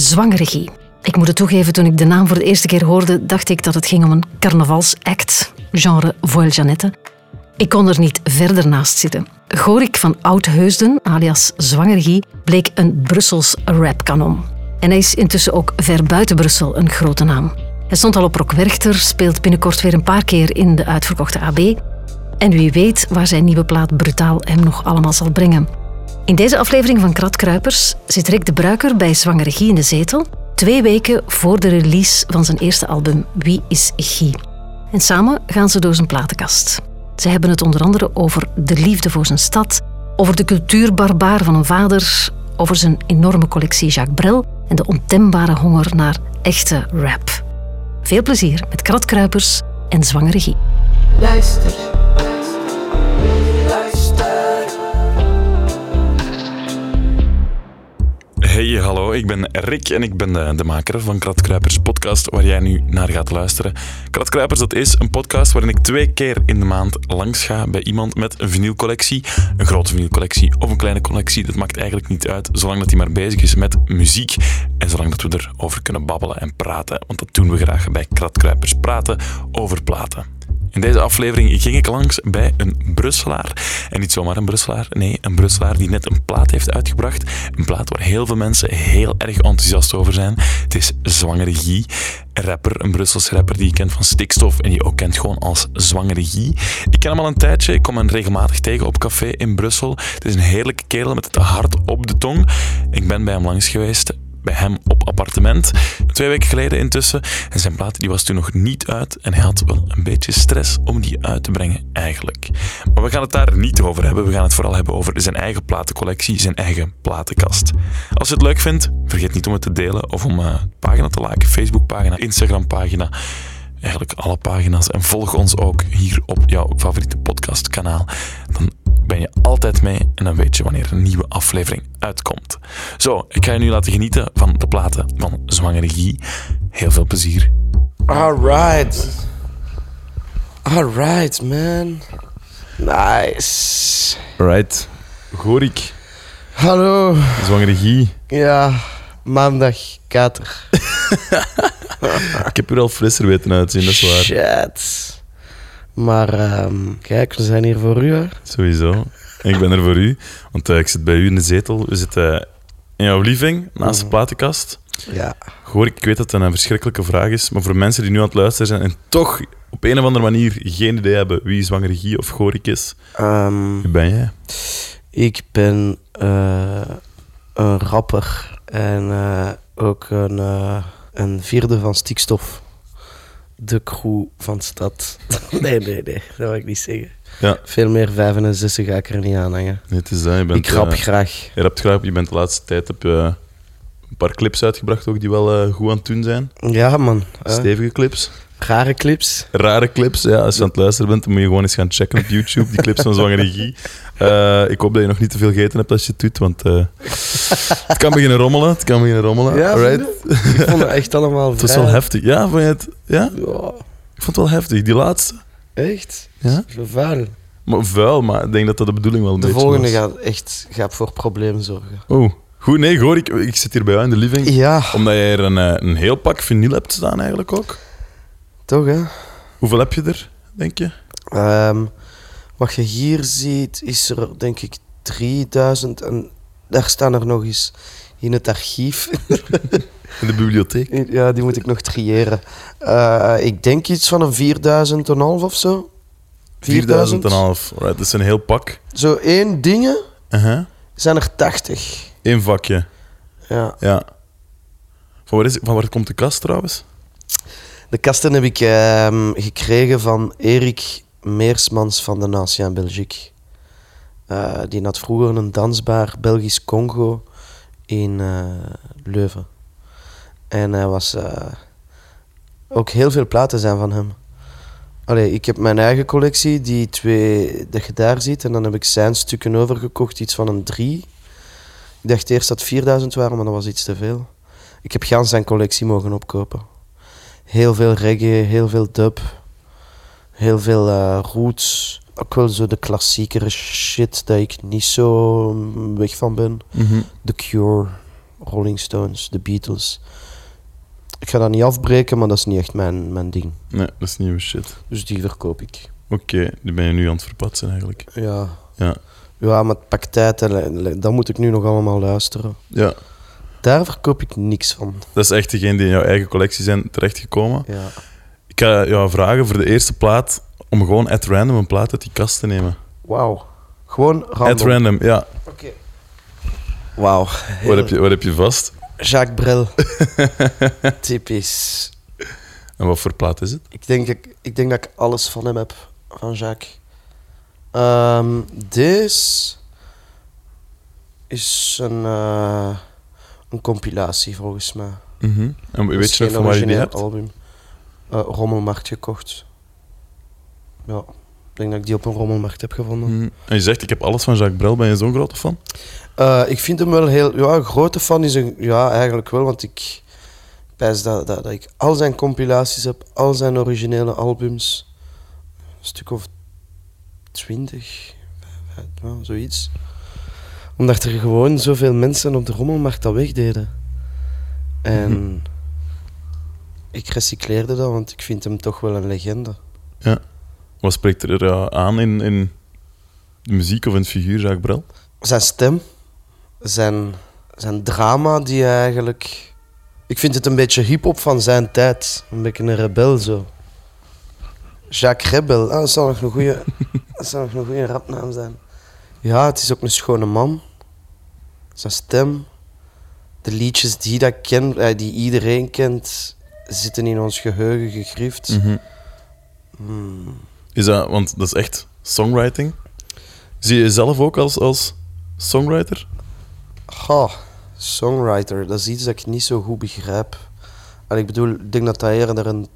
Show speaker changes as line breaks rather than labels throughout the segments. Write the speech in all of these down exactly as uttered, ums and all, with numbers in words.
Zwangeregie. Ik moet het toegeven, toen ik de naam voor de eerste keer hoorde, dacht ik dat het ging om een carnavalsact, genre Voile Jeannette. Ik kon er niet verder naast zitten. Gorik van Oud-Heusden, alias Zwangeregie, bleek een Brussels rapkanon. En hij is intussen ook ver buiten Brussel een grote naam. Hij stond al op Rock Werchter, speelt binnenkort weer een paar keer in de uitverkochte A B. En wie weet waar zijn nieuwe plaat Brutaal hem nog allemaal zal brengen. In deze aflevering van Kratkruipers zit Rick de Bruiker bij Zwangeregie in de zetel, twee weken voor de release van zijn eerste album Wie is Guy. En samen gaan ze door zijn platenkast. Ze hebben het onder andere over de liefde voor zijn stad, over de cultuurbarbaar van een vader, over zijn enorme collectie Jacques Brel en de ontembare honger naar echte rap. Veel plezier met Kratkruipers en Zwangeregie.
Luister.
Hey, hallo, ik ben Rick en ik ben de, de maker van Kratkruipers podcast, waar jij nu naar gaat luisteren. Kratkruipers, dat is een podcast waarin ik twee keer in de maand langs ga bij iemand met een vinylcollectie. Een grote vinylcollectie of een kleine collectie, dat maakt eigenlijk niet uit, zolang dat hij maar bezig is met muziek en zolang dat we erover kunnen babbelen en praten, want dat doen we graag bij Kratkruipers, praten over platen. In deze aflevering ging ik langs bij een Brusselaar. En niet zomaar een Brusselaar, nee, een Brusselaar die net een plaat heeft uitgebracht. Een plaat waar heel veel mensen heel erg enthousiast over zijn. Het is Zwangeregie, een rapper, een Brussels rapper die je kent van Stikstof en die je ook kent gewoon als Zwangeregie. Ik ken hem al een tijdje, ik kom hem regelmatig tegen op café in Brussel. Het is een heerlijke kerel met het hart op de tong. Ik ben bij hem langs geweest. Bij hem op appartement. Twee weken geleden intussen. En zijn plaat die was toen nog niet uit. En hij had wel een beetje stress om die uit te brengen, eigenlijk. Maar we gaan het daar niet over hebben. We gaan het vooral hebben over zijn eigen platencollectie, zijn eigen platenkast. Als je het leuk vindt, vergeet niet om het te delen of om uh, pagina te liken. Facebookpagina, Instagrampagina. Eigenlijk alle pagina's. En volg ons ook hier op jouw favoriete podcastkanaal. Dan ben je altijd mee en dan weet je wanneer een nieuwe aflevering uitkomt. Zo, ik ga je nu laten genieten van de platen van Zwangeregie. Heel veel plezier.
Alright. Alright, man. Nice.
Right. Gorik.
Hallo.
Zwangeregie.
Ja, maandag, kater.
Ik heb er al frisser weten uitzien, dat is waar.
Shit. Maar um, kijk, we zijn hier voor u, hè.
Sowieso. En ik ben er voor u, want uh, ik zit bij u in de zetel. We zitten in jouw living, naast de platenkast.
Ja.
Gorik, ik weet dat het een verschrikkelijke vraag is, maar voor mensen die nu aan het luisteren zijn en toch op een of andere manier geen idee hebben wie Zwangeregie of Gorik is,
Um,
wie ben jij?
ik ben uh, een rapper en uh, ook een, uh, een vierde van Stikstof. De crew van stad. Nee, nee, nee, dat wil ik niet zeggen.
Ja.
Veel meer vijven en zessen ga ik er niet aan hangen.
Nee, het is dat. Je bent,
Ik rap
uh,
graag.
Je rapt graag. Je bent de laatste tijd heb je een paar clips uitgebracht ook die wel uh, goed aan het doen zijn.
Ja, man. Uh,
Stevige clips.
rare clips.
Rare clips, ja. Als je aan het luisteren bent, dan moet je gewoon eens gaan checken op YouTube, die clips van Zwangeregie. Uh, ik hoop dat je nog niet te veel gegeten hebt als je het doet, want uh, het kan beginnen rommelen. Het kan beginnen rommelen.
Ja,
Alright.
ik vond het echt allemaal
Het was
vrij.
wel heftig. Ja, vond je het? Ja?
Ja,
Ik vond het wel heftig. Die laatste.
echt?
Ja?
Vuil.
Maar vuil, maar ik denk dat dat de bedoeling wel een
De
beetje
volgende
was.
gaat echt gaat voor problemen zorgen.
Oh, goed. Nee, Goor, ik, ik zit hier bij jou in de living.
Ja,
Omdat jij er een, eh, een heel pak vinyl hebt staan eigenlijk ook.
toch hè?
Hoeveel heb je er, denk je?
Um, wat je hier ziet, is er denk ik drieduizend en daar staan er nog eens in het archief.
In de bibliotheek?
Ja, die moet ik nog triëren. Uh, ik denk iets van een vierduizend en een half of zo.
vierduizend en een half. Alright, dat is een heel pak.
Zo één dingen
Uh-huh.
zijn er tachtig.
Eén vakje.
Ja.
Ja. Van waar, is, van waar komt de kast trouwens?
De kasten heb ik uh, gekregen van Erik Meersmans van de Nation Belgique. Uh, die had vroeger een dansbaar Belgisch Congo in uh, Leuven. En hij was... Uh, ook heel veel platen zijn van hem. Allee, ik heb mijn eigen collectie, die twee dat je daar ziet. En dan heb ik zijn stukken overgekocht, iets van een drie. Ik dacht eerst dat het vierduizend waren, maar dat was iets te veel. Ik heb gans zijn collectie mogen opkopen. Heel veel reggae, heel veel dub. Heel veel uh, roots. Ook wel zo de klassiekere shit dat ik niet zo weg van ben.
Mm-hmm.
The Cure Rolling Stones, de Beatles. Ik ga dat niet afbreken, maar dat is niet echt mijn, mijn ding.
Nee, dat is nieuwe shit.
Dus die verkoop ik.
Oké, okay, die ben je nu aan het verpatsen eigenlijk.
Ja.
Ja,
ja maar het pakt tijd en dat moet ik nu nog allemaal luisteren.
Ja.
Daar verkoop ik niks van.
Dat is echt degene die in jouw eigen collectie zijn terechtgekomen.
Ja.
Ik ga jou vragen voor de eerste plaat om gewoon at random een plaat uit die kast te nemen.
Wauw. Gewoon random.
At random, ja.
Oké. Okay. Wauw.
Wat heb je, wat heb je vast?
Jacques Brel. Typisch.
En wat voor plaat is het?
Ik denk, ik, ik denk dat ik alles van hem heb, van Jacques. Um, deze is een, uh, een compilatie volgens mij.
Mm-hmm. En weet
dus
je nog van waar je die hebt?
Album. Uh, Rommelmarkt gekocht. Ja, ik denk dat ik die op een Rommelmarkt heb gevonden.
Mm-hmm. En je zegt, ik heb alles van Jacques Brel. Ben je zo'n grote fan?
Uh, ik vind hem wel heel... Ja, een grote fan is een... Ja, eigenlijk wel, want ik... Pijs dat, dat, dat ik al zijn compilaties heb, al zijn originele albums. Een stuk of twintig, ja, zoiets. Omdat er gewoon zoveel mensen op de Rommelmarkt dat wegdeden. En mm-hmm. ik recycleerde dat, want ik vind hem toch wel een legende.
Ja. Wat spreekt er uh, aan in, in de muziek of in het figuur Jacques Brel?
Zijn stem, zijn, zijn drama die hij eigenlijk... Ik vind het een beetje hip-hop van zijn tijd. Een beetje een rebel zo. Jacques Rebel, ah, dat zou nog een goede, dat zou nog een goede rapnaam zijn. Ja, het is ook een schone man. Zijn stem, de liedjes die, dat ken, die iedereen kent, zitten in ons geheugen gegrift.
Mm-hmm.
Hmm.
Is dat, want dat is echt songwriting. Zie je jezelf ook als, als songwriter?
Ha, songwriter, dat is iets dat ik niet zo goed begrijp. Allee, ik bedoel, ik denk dat dat eerder een...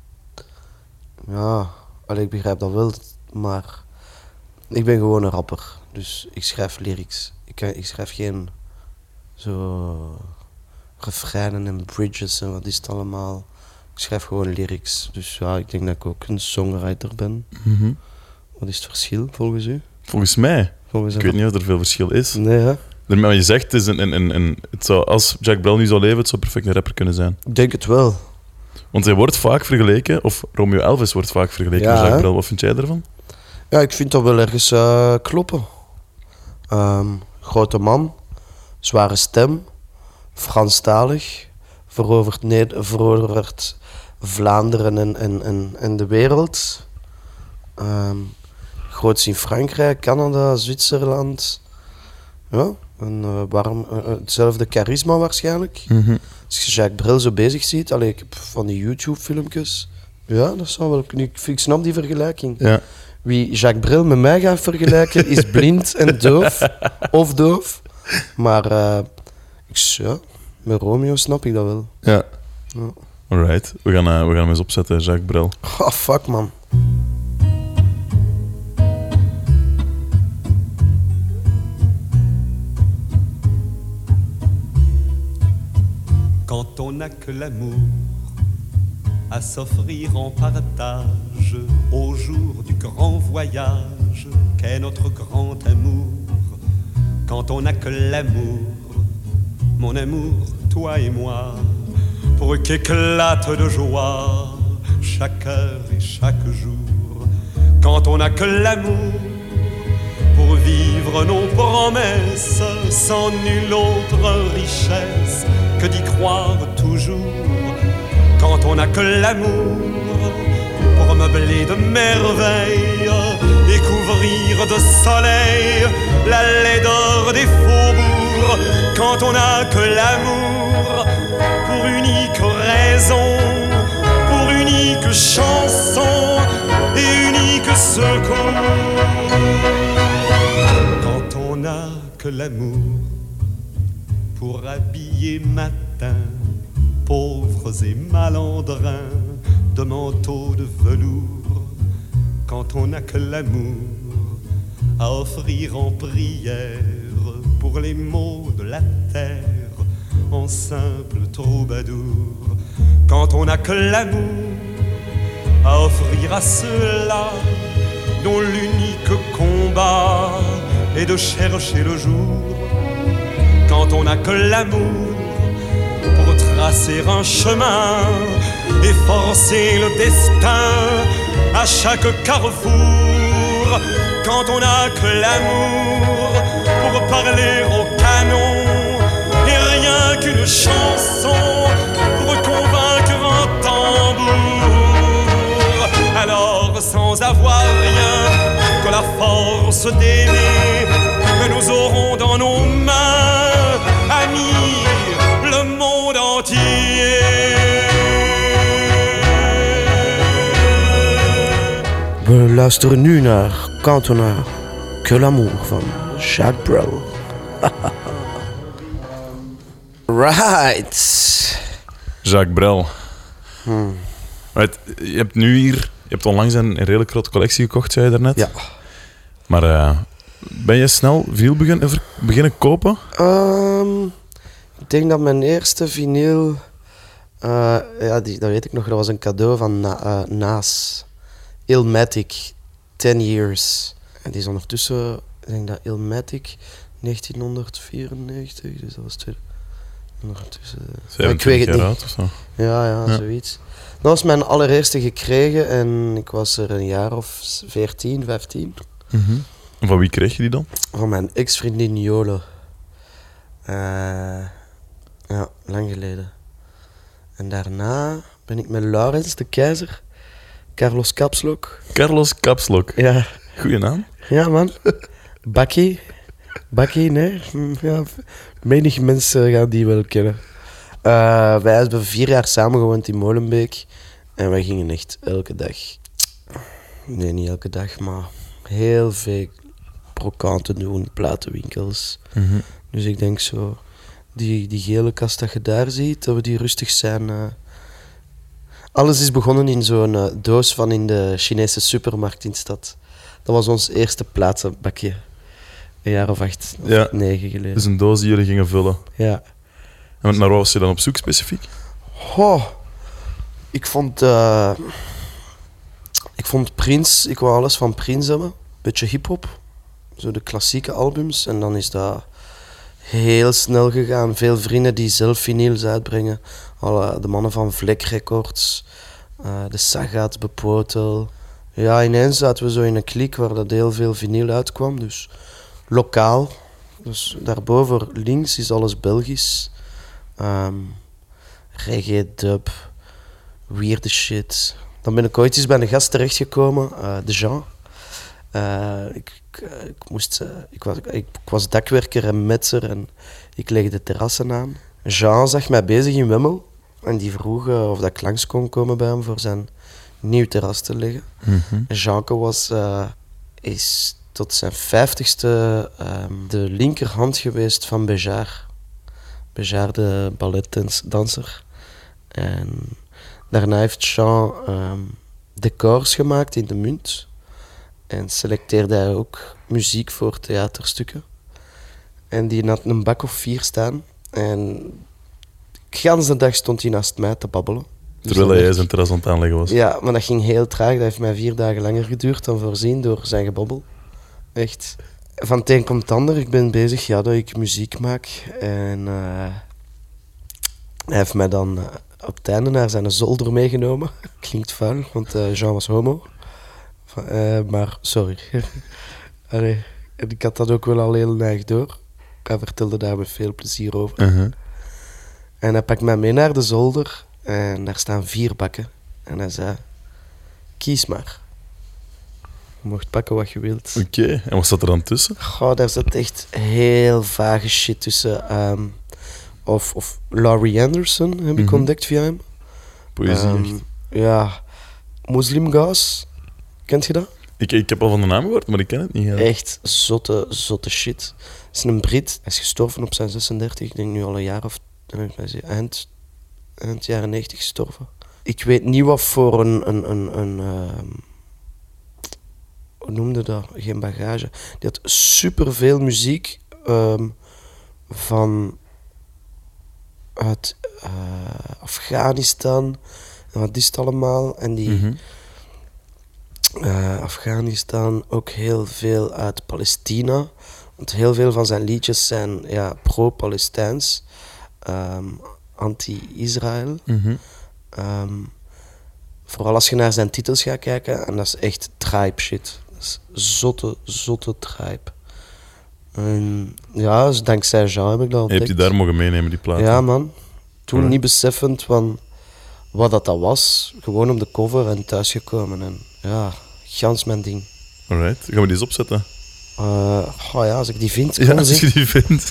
Ja, allee, ik begrijp dat wel, maar ik ben gewoon een rapper. Dus ik schrijf lyrics. Ik, ik schrijf geen zo refreinen en bridges en wat is het allemaal. Ik schrijf gewoon lyrics. Dus ja, ik denk dat ik ook een songwriter ben.
Mm-hmm.
Wat is het verschil volgens u?
Volgens mij?
Volgens
ik weet niet of er veel verschil is.
Nee, hè?
Maar je zegt, het is een, een, een, een, het zou, als Jacques Brel nu zou leven, het zou perfect een rapper kunnen zijn.
Ik denk het wel.
Want hij wordt vaak vergeleken, of Romeo Elvis wordt vaak vergeleken
ja,
met Jacques
hè?
Brel. Wat vind jij ervan?
Ja, ik vind dat wel ergens uh, kloppen. Um, grote man, zware stem, Franstalig, veroverd, Ned- veroverd Vlaanderen en, en, en, en de wereld. Um, groots in Frankrijk, Canada, Zwitserland. Ja, een, uh, warm, uh, hetzelfde charisma waarschijnlijk.
Mm-hmm.
Als je Jacques Brel zo bezig ziet, allee, ik heb van die YouTube-filmpjes. Ja, dat zou wel kunnen. Ik, ik snap die vergelijking.
Ja.
Wie Jacques Brel met mij gaat vergelijken, is blind en doof. Of doof. Maar uh, ik, ja, met Romeo snap ik dat wel.
Ja.
Ja.
Alright, we gaan, uh, we gaan hem eens opzetten, Jacques Brel.
Oh, fuck, man.
Quand on n'a que l'amour à s'offrir en partage au jour du grand voyage qu'est notre grand amour. Quand on n'a que l'amour, mon amour, toi et moi, pour qu'éclate de joie chaque heure et chaque jour. Quand on n'a que l'amour pour vivre nos promesses sans nulle autre richesse que d'y croire toujours. Quand on n'a que l'amour pour meubler de merveilles et couvrir de soleil la laideur des faubourgs. Quand on n'a que l'amour pour unique raison, pour unique chanson et unique secours. Quand on n'a que l'amour pour habiller matin pauvres et malandrins de manteaux de velours. Quand on n'a que l'amour à offrir en prière pour les maux de la terre en simple troubadour. Quand on n'a que l'amour à offrir à ceux-là dont l'unique combat est de chercher le jour. quand on n'a que l'amour pour tracer un chemin et forcer le destin à chaque carrefour. Quand on n'a que l'amour pour parler au canon et rien qu'une chanson pour convaincre un tambour. Alors sans avoir rien que la force d'aimer, nous aurons dans nos mains, amis, le monde entier.
We luisteren nu naar Quand on a que l'amour van Jacques Brel. Right.
Jacques Brel. Hmm. Right, je hebt nu hier, je hebt onlangs een, een redelijk grote collectie gekocht, zei je daarnet.
Ja.
Maar uh, ben je snel vinyl beginnen, beginnen kopen?
Um, ik denk dat mijn eerste vinyl, uh, ja, die, dat weet ik nog, dat was een cadeau van Na, uh, Naas. Illmatic, ten years. En die is ondertussen, ik denk dat Illmatic negentienhonderdvierennegentig, dus dat was twee. Ondertussen.
Ik weet het niet. Oud, of zo?
Ja, ja, ja, zoiets. Dat was mijn allereerste gekregen en ik was er een jaar of veertien, vijftien.
Mm-hmm. En van wie kreeg je die dan?
Van mijn ex-vriendin Jole. Uh, ja, lang geleden. En daarna ben ik met Laurens de Keizer, Carlos Kapslok.
Carlos Kapslok?
Ja.
Goeie naam.
Ja, man. Bakkie. Bakkie, nee. Ja, menig mensen gaan die wel kennen. Uh, wij hebben vier jaar samen gewoond in Molenbeek. En wij gingen echt elke dag... Nee, niet elke dag, maar heel veel brokanten doen, platenwinkels. Mm-hmm. Dus ik denk zo... Die, die gele kast dat je daar ziet, dat we die rustig zijn... Uh, alles is begonnen in zo'n uh, doos van in de Chinese supermarkt in de stad. Dat was ons eerste platenbakje. Een jaar of acht, of ja. negen geleden.
Dus een doos die jullie gingen vullen.
Ja.
En naar wat was je dan op zoek specifiek?
Oh, ik vond... Uh, ik vond Prince... Ik wou alles van Prince hebben. Beetje hip-hop. Zo de klassieke albums. En dan is dat heel snel gegaan. Veel vrienden die zelf vinyls uitbrengen. Alle, de mannen van Vlek Records. Uh, de Sagat, Bepotel. Ja, ineens zaten we zo in een kliek waar dat heel veel vinyl uitkwam. Dus lokaal. Dus daarboven links is alles Belgisch. Um, reggae, dub, weird shit. Dan ben ik ooit eens bij een gast terechtgekomen, uh, de Jean. Uh, ik, ik, ik, moest, uh, ik, was, ik, ik was dakwerker en metser en ik legde terrassen aan. Jean zag mij bezig in Wemmel en die vroeg uh, of dat ik langs kon komen bij hem voor zijn nieuw terras te leggen. Mm-hmm. Jeanke was, uh, is tot zijn vijftigste um, de linkerhand geweest van Béjart. Béjart, de balletdanser. En daarna heeft Jean um, decors gemaakt in de Munt. En selecteerde hij ook muziek voor theaterstukken. En die had een bak of vier staan. En gans de dag stond hij naast mij te babbelen.
Terwijl dus hij zijn terras aan het aanleggen was.
Ja, maar dat ging heel traag. Dat heeft mij vier dagen langer geduurd dan voorzien door zijn gebabbel. Echt. Van het een komt het ander. Ik ben bezig ja, dat ik muziek maak. En uh, hij heeft mij dan uh, op het einde naar zijn zolder meegenomen. Klinkt vuil, want uh, Jean was homo. Uh, maar sorry. Allee, en ik had dat ook wel al heel erg door. Hij vertelde daar met veel plezier over. Uh-huh. En hij pakt mij mee naar de zolder. En daar staan vier bakken. En hij zei, kies maar. Je mocht pakken wat je wilt.
Oké, okay. En wat zat er dan tussen?
Goh, daar zat echt heel vage shit tussen. Um, of, of Laurie Anderson heb mm-hmm. ik ontdekt via hem.
Poëzie um, echt.
Ja. Muslim Gas. Kent je dat?
Ik, ik heb al van de naam gehoord, maar ik ken het niet. Ja.
Echt zotte, zotte shit. Het is een Brit. Hij is gestorven op zijn zesendertig. Ik denk nu al een jaar of... Eind, eind jaren negentig gestorven. Ik weet niet wat voor een... een, een, een uh, hoe noemde dat? Geen bagage. Die had superveel muziek um, van... uit uh, Afghanistan. En wat is het allemaal? En die... Mm-hmm. Uh, Afghanistan, ook heel veel uit Palestina. Want heel veel van zijn liedjes zijn ja, pro-Palestijns, um, anti-Israël.
Mm-hmm.
Um, vooral als je naar zijn titels gaat kijken, en dat is echt tribe shit. Dat is zotte, zotte tribe. En ja, dus dankzij Jean heb ik dat ontdekt.
Je hebt die daar mogen meenemen, die plaat?
Ja, man. Toen
Alright.
niet beseffend van wat dat, dat was. Gewoon op de cover en thuisgekomen. En ja, gans mijn ding.
Alright, gaan we die eens opzetten?
Uh, oh ja, als ik die vind,
Ja,
kan
als
ze.
je die vindt.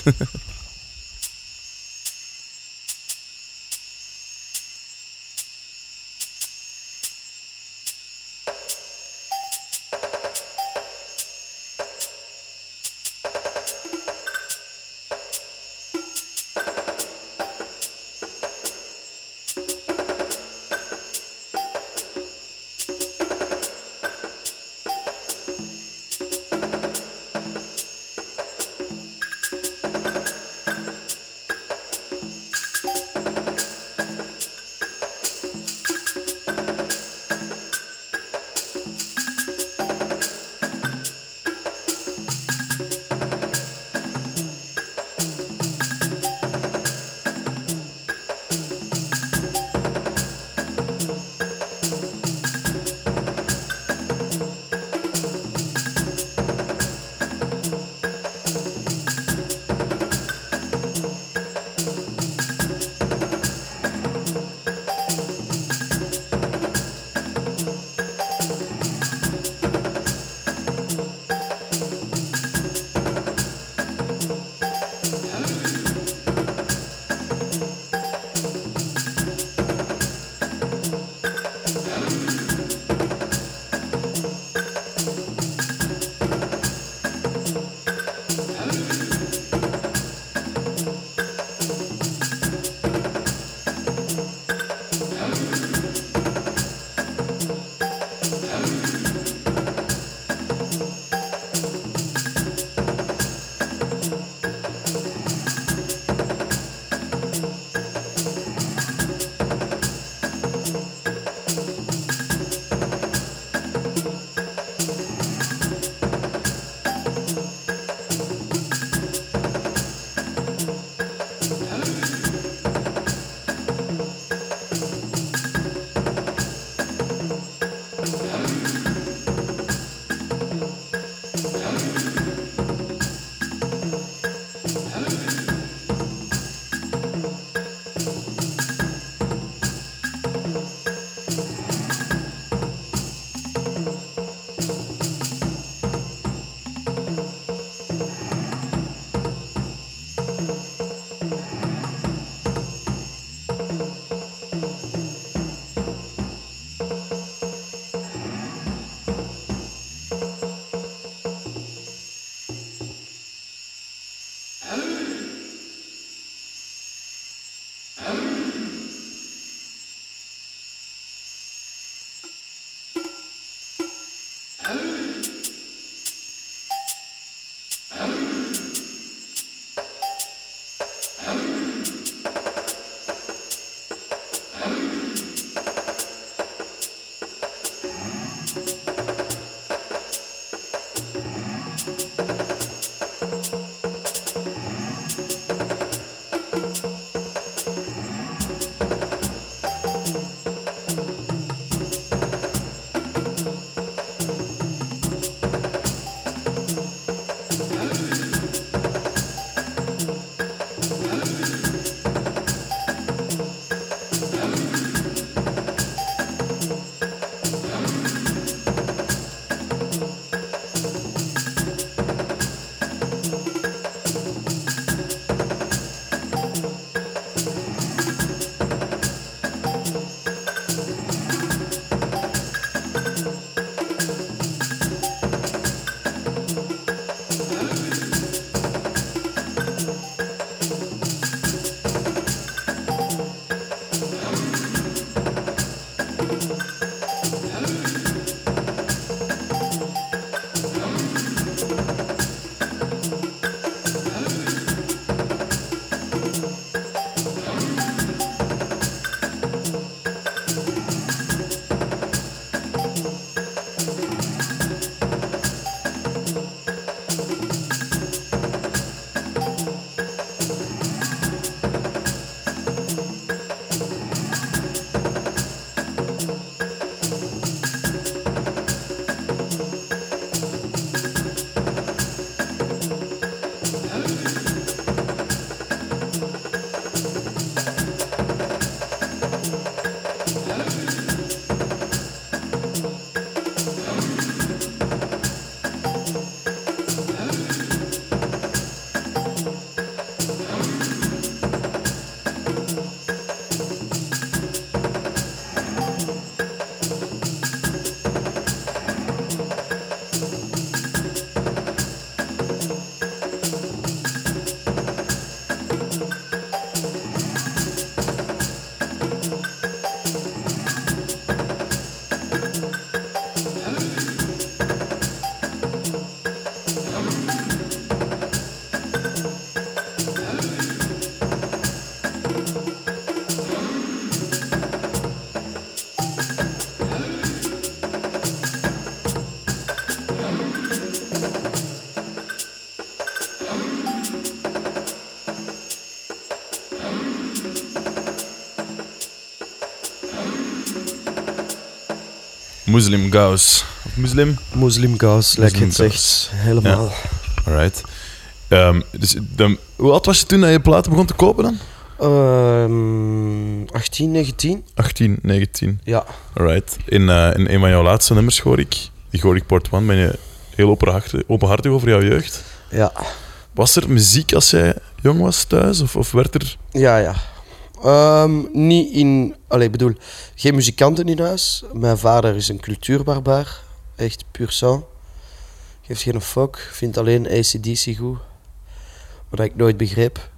Muslim Gauss. Of Muslim?
Muslim Gauss, lijkt het
Muslim
zegt. Helemaal.
Ja. Alright. Um, dus, dan, hoe oud was je toen dat je platen begon te kopen dan?
Um, achttien, negentien.
achttien, negentien.
Ja.
Alright. In, uh, in een van jouw laatste nummers, hoor ik, die hoor ik Port One, ben je heel openhartig, openhartig over jouw jeugd.
Ja.
Was er muziek als jij jong was thuis? Of, of werd er...
Ja, ja. Um, niet in... Allee, ik bedoel, geen muzikanten in huis. Mijn vader is een cultuurbarbaar. Echt puur sang. Geeft geen fuck. Vindt alleen A C D C goed. Wat ik nooit begreep.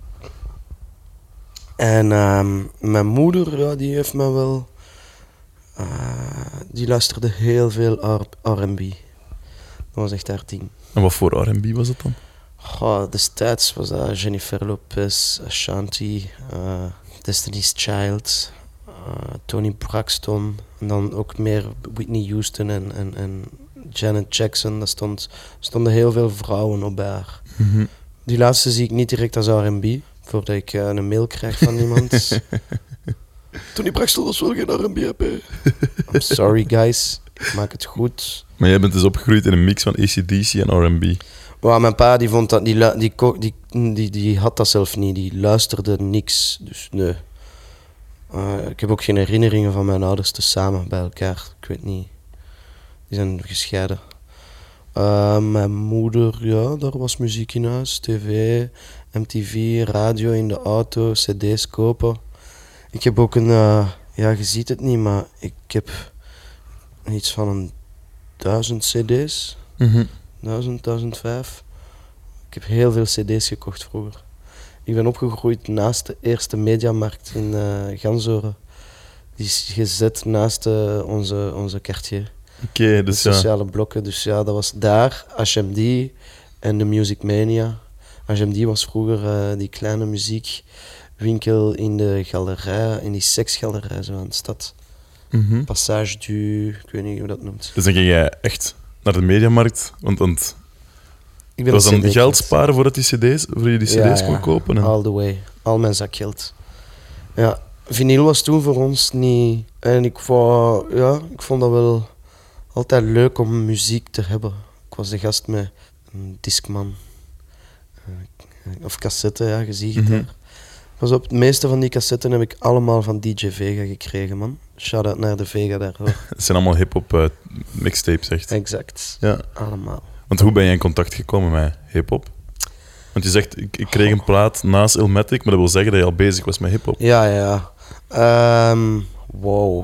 En um, mijn moeder, ja, die heeft me wel... Uh, die luisterde heel veel R en B. Dat was echt haar ding.
En wat voor R en B was dat dan?
Goh, destijds was dat Jennifer Lopez, Ashanti, uh, Destiny's Child, uh, Toni Braxton. En dan ook meer Whitney Houston en, en, en Janet Jackson. Daar stond, stonden heel veel vrouwen op bij haar.
Mm-hmm.
Die laatste zie ik niet direct als R en B, voordat ik uh, een mail krijg van iemand. Toni Braxton was wel geen R en B, hè? I'm sorry guys, ik maak het goed.
Maar jij bent dus opgegroeid in een mix van A C D C en R en B.
Well, mijn pa die vond dat, die, die, die, die, die had dat zelf niet, die luisterde niks, dus nee. Uh, ik heb ook geen herinneringen van mijn ouders te samen bij elkaar, ik weet niet. Die zijn gescheiden. Uh, mijn moeder, ja, daar was muziek in huis, tv, M T V, radio in de auto, cd's kopen. Ik heb ook een, uh, ja, je ziet het niet, maar ik heb iets van een duizend cd's.
Mm-hmm.
duizend, duizend vijf. Ik heb heel veel cd's gekocht vroeger. Ik ben opgegroeid naast de eerste mediamarkt in uh, Ganzoren. Die is gezet naast uh, onze, onze quartier.
Oké, okay, dus
de sociale ja. blokken. Dus ja, dat was daar, H M D en de Music Mania. H M D was vroeger uh, die kleine muziekwinkel in de galerij, in die seksgalerij zo aan de stad.
Mm-hmm.
Passage du, ik weet niet hoe dat noemt.
Dus dan ging jij echt naar de mediamarkt, want, want
ik ben
was dan
C D
geld sparen voordat die cd's, voor je die cd's
ja,
kon
ja,
kopen? En...
all the way. Al mijn zakgeld. Ja, vinyl was toen voor ons niet... En ik vond, ja, ik vond dat wel altijd leuk om muziek te hebben. Ik was de gast met een Discman. Of cassette, ja, je ziet het
mm-hmm.
daar. Pas op, de meeste van die cassetten heb ik allemaal van D J Vega gekregen, man. Shout-out naar de Vega daar, hoor.
Het zijn allemaal hip-hop uh, mixtapes, echt.
Exact.
Ja.
Allemaal.
Want hoe ben je in contact gekomen met hip-hop? Want je zegt, ik, ik kreeg een plaat naast Illmatic, maar dat wil zeggen dat je al bezig was met hip-hop.
Ja, ja, ja. Um, wow.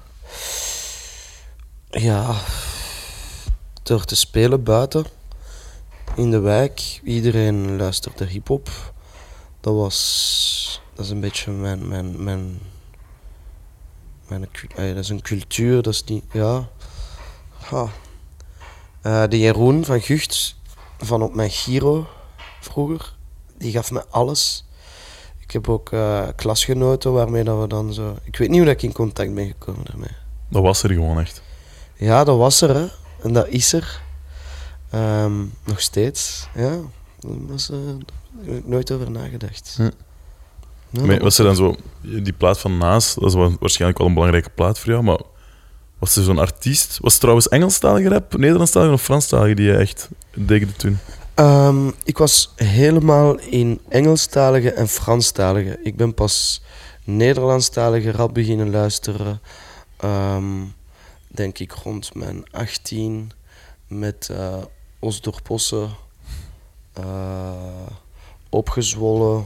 Ja. Door te spelen buiten, in de wijk, iedereen luisterde hip-hop. Dat was... Dat is een beetje mijn... mijn, mijn, mijn dat is een cultuur, dat is niet... Ja. Ha. Uh, de Jeroen van Gucht, van op mijn Giro vroeger, die gaf me alles. Ik heb ook uh, klasgenoten waarmee dat we dan zo... Ik weet niet hoe dat ik in contact ben gekomen daarmee.
Dat was er gewoon echt.
Ja, dat was er, hè. En dat is er. Um, nog steeds, ja. Dat is, uh, daar heb ik nooit over nagedacht.
Hm.
Ja,
maar was er dan zo... Die plaat van Naas, dat is wel, waarschijnlijk wel een belangrijke plaat voor jou, maar... Was er zo'n artiest? Was het trouwens Engelstalige rap, Nederlandstalige of Franstalige die je echt deed toen?
Um, ik was helemaal in Engelstalige en Franstalige. Ik ben pas Nederlandstalige rap beginnen luisteren, um, denk ik rond mijn achttien, met uh, Osdorp Posse, uh, Opgezwollen.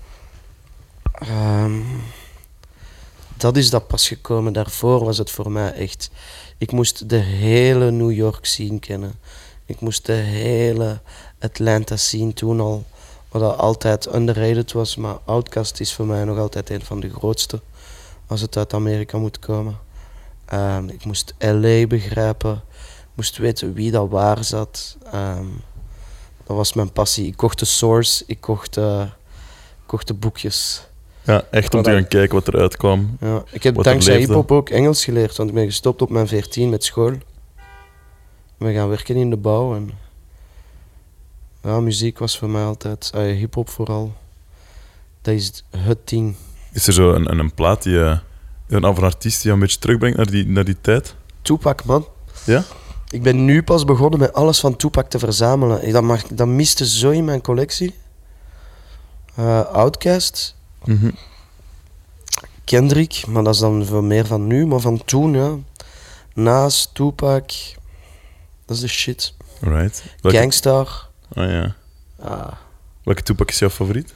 Um, dat is dat pas gekomen. Daarvoor was het voor mij echt... Ik moest de hele New York scene kennen. Ik moest de hele Atlanta scene toen al, wat dat altijd underrated was, maar Outkast is voor mij nog altijd een van de grootste als het uit Amerika moet komen. Um, ik moest L A begrijpen, ik moest weten wie dat waar zat. Um, dat was mijn passie. Ik kocht de Source, ik kocht, uh, ik kocht de boekjes.
Ja, echt om te gaan kijken wat eruit kwam.
Ja, ik heb dankzij hip-hop ook Engels geleerd, want ik ben gestopt op mijn veertien met school. We gaan werken in de bouw en ja, muziek was voor mij altijd, uh, hip-hop vooral. Dat is het ding.
Is er zo een, een, een plaat die je, een, of een artiest die je een beetje terugbrengt naar die, naar die tijd?
Tupac, man.
Ja?
Ik ben nu pas begonnen met alles van Tupac te verzamelen. Dat, mag, dat miste zo in mijn collectie. Uh, Outkast.
Mm-hmm.
Kendrick, maar dat is dan veel meer van nu, maar van toen, ja. Nas, Tupac. Dat is de shit.
Right. Welke...
Gangstar.
Oh ja.
Ah.
Welke Tupac is jouw favoriet?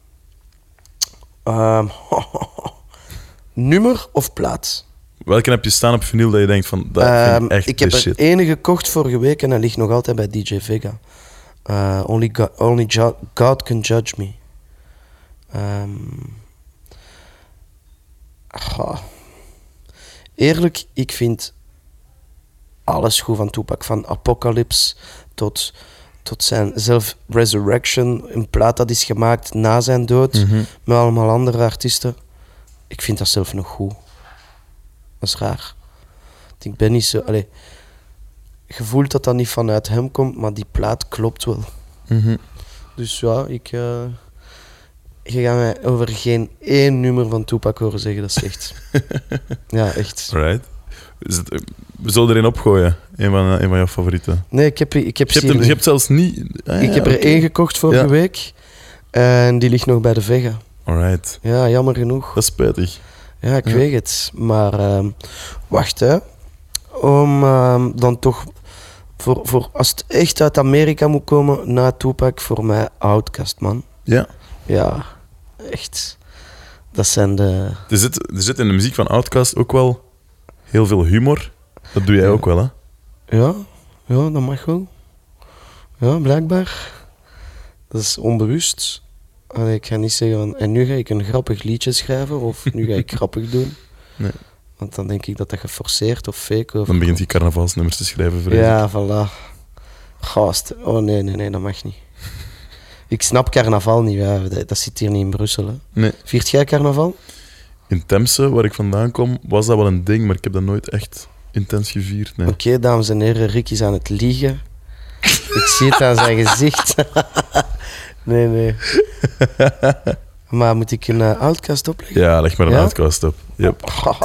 Um, nummer of plaat?
Welke heb je staan op vinyl dat je denkt van, dat vind ik echt
um, Ik heb
de
er
shit.
ene gekocht vorige week en dat ligt nog altijd bij D J Vega. Uh, only God, only jo- God Can Judge Me. Um, ah. Eerlijk, ik vind alles goed van Tupac. Van Apocalypse tot, tot zijn zelf-resurrection. Een plaat dat is gemaakt na zijn dood.
Mm-hmm.
Met allemaal andere artiesten. Ik vind dat zelf nog goed. Dat is raar. Ik ben niet zo... Allee, je voelt dat dat niet vanuit hem komt, maar die plaat klopt wel.
Mm-hmm.
Dus ja, ik... Uh, je gaat mij over geen één nummer van Tupac horen zeggen, dat is echt... ja, echt.
Right. Is het, we zullen erin opgooien, een van, een van jouw favorieten.
Nee, ik heb, ik heb,
je, hebt hem, je hebt zelfs niet...
Ah, ik ja, heb er okay. één gekocht vorige ja. week en die ligt nog bij de Vega.
Alright.
Ja, jammer genoeg.
Dat is spijtig.
Ja, ik ja. weet het. Maar uh, wacht, hè. Om uh, dan toch... Voor, voor als het echt uit Amerika moet komen, na Tupac, voor mij Outkast, man.
Ja?
Ja, echt. Dat zijn de...
Er zit, er zit in de muziek van Outkast ook wel heel veel humor. Dat doe jij ja. ook wel, hè?
Ja, ja, dat mag wel. Ja, blijkbaar. Dat is onbewust. Allee, ik ga niet zeggen van, en nu ga ik een grappig liedje schrijven, of nu ga ik grappig doen.
Nee.
Want dan denk ik dat dat geforceerd of fake... Of
dan begint hij carnavalsnummers te schrijven, vrees
ja,
ik.
voilà. Gast. Oh nee, nee, nee, dat mag niet. Ik snap carnaval niet, ja. dat, dat zit hier niet in Brussel. Hè.
Nee.
Viert jij carnaval?
In Temse, waar ik vandaan kom, was dat wel een ding, maar ik heb dat nooit echt intens gevierd. Nee.
Oké, okay, dames en heren, Rick is aan het liegen. Ik zie het aan zijn gezicht. nee, nee. Maar moet ik een uh, Outkast opleggen?
Ja, leg maar een ja? Outkast op. Yep.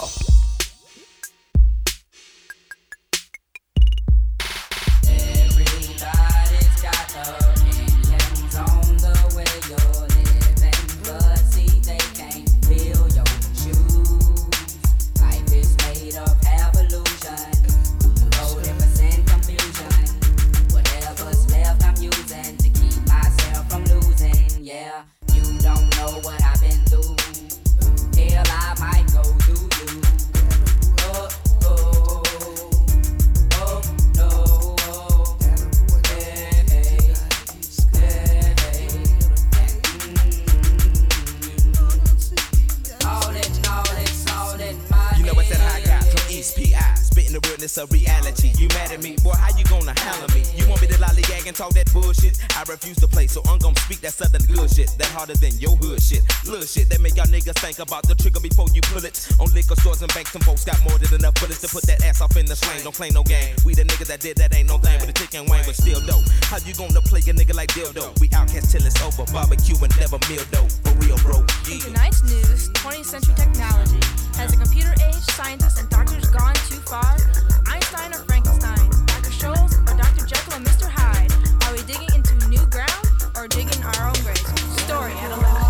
A reality. You mad at me? Boy, how you gonna handle me? You want me to lollygag and talk that bullshit? I refuse to play, so I'm gonna speak that southern good shit. That harder than your hood shit. Little shit that make y'all niggas think about the trigger before you pull it. On liquor stores and banks, some folks got more than enough bullets to put that ass off in the slang. Don't claim no game. We the niggas that did that ain't no thing, but the chicken wang was still dope. How you gonna play a nigga like dildo? We outcast till it's over. Barbecue and never meal dough. For real, bro. Yeah.
In tonight's news, twentieth century technology. Has a computer age, scientists and doctors gone too far? Einstein or Frankenstein? Doctor Scholes or Doctor Jekyll and Mister Hyde? Are we digging into new ground or digging our own graves? Story at eleven.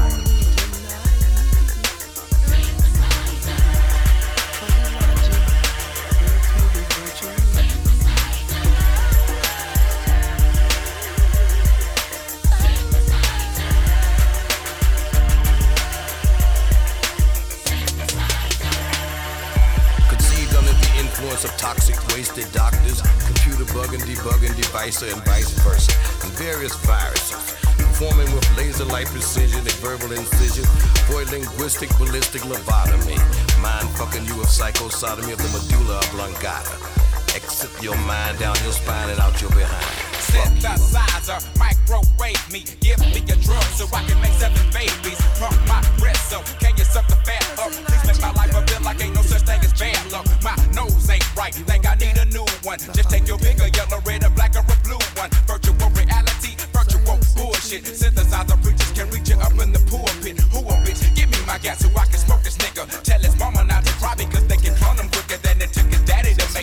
Of toxic, wasted doctors, computer bugging, debugging device, and vice versa, and various viruses, performing with laser light precision and verbal incision, void linguistic, ballistic lobotomy, mind fucking you with psychosodomy of the medulla oblongata, exit your mind down your spine and out your behind.
Synthesizer, microwave me, give me a drug so I can make seven babies. Pump my breast so can you suck the fat up? Please make my life a bit like ain't no such thing as bad luck. My nose ain't right, think I need a new one. Just take your bigger yellow, red, or black, or a blue one. Virtual reality, virtual bullshit. Synthesizer preachers can reach you up in the pulpit. Who a bitch? Give me my gas so I can smoke this nigga. Tell his mama not to cry because they can clone him quicker than it took his daddy to make.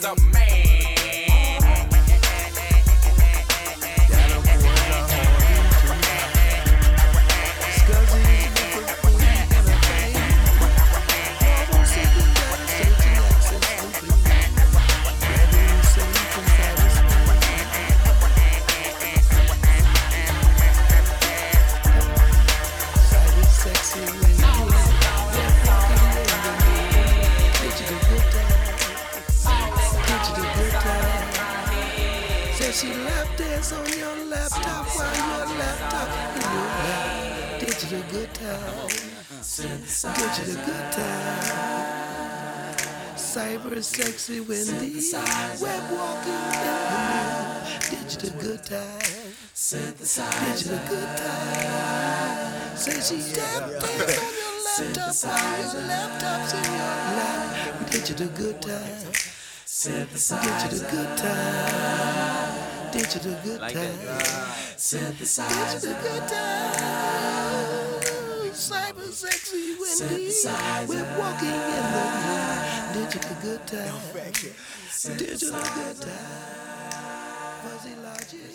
the man.
She left this on your laptop while your laptop in your hand. Digital good time. Digital good time. Cyber sexy Wendy. Web walking in the moon. Digital good time. Digital good time. Say she left this on your laptop while your laptop's in your lap. Digital good time. Digital good time. Digital good time. Digital good time. Cyber sexy Wendy. We're walking in the moon. Digital good time. Digital good time. Fuzzy logic.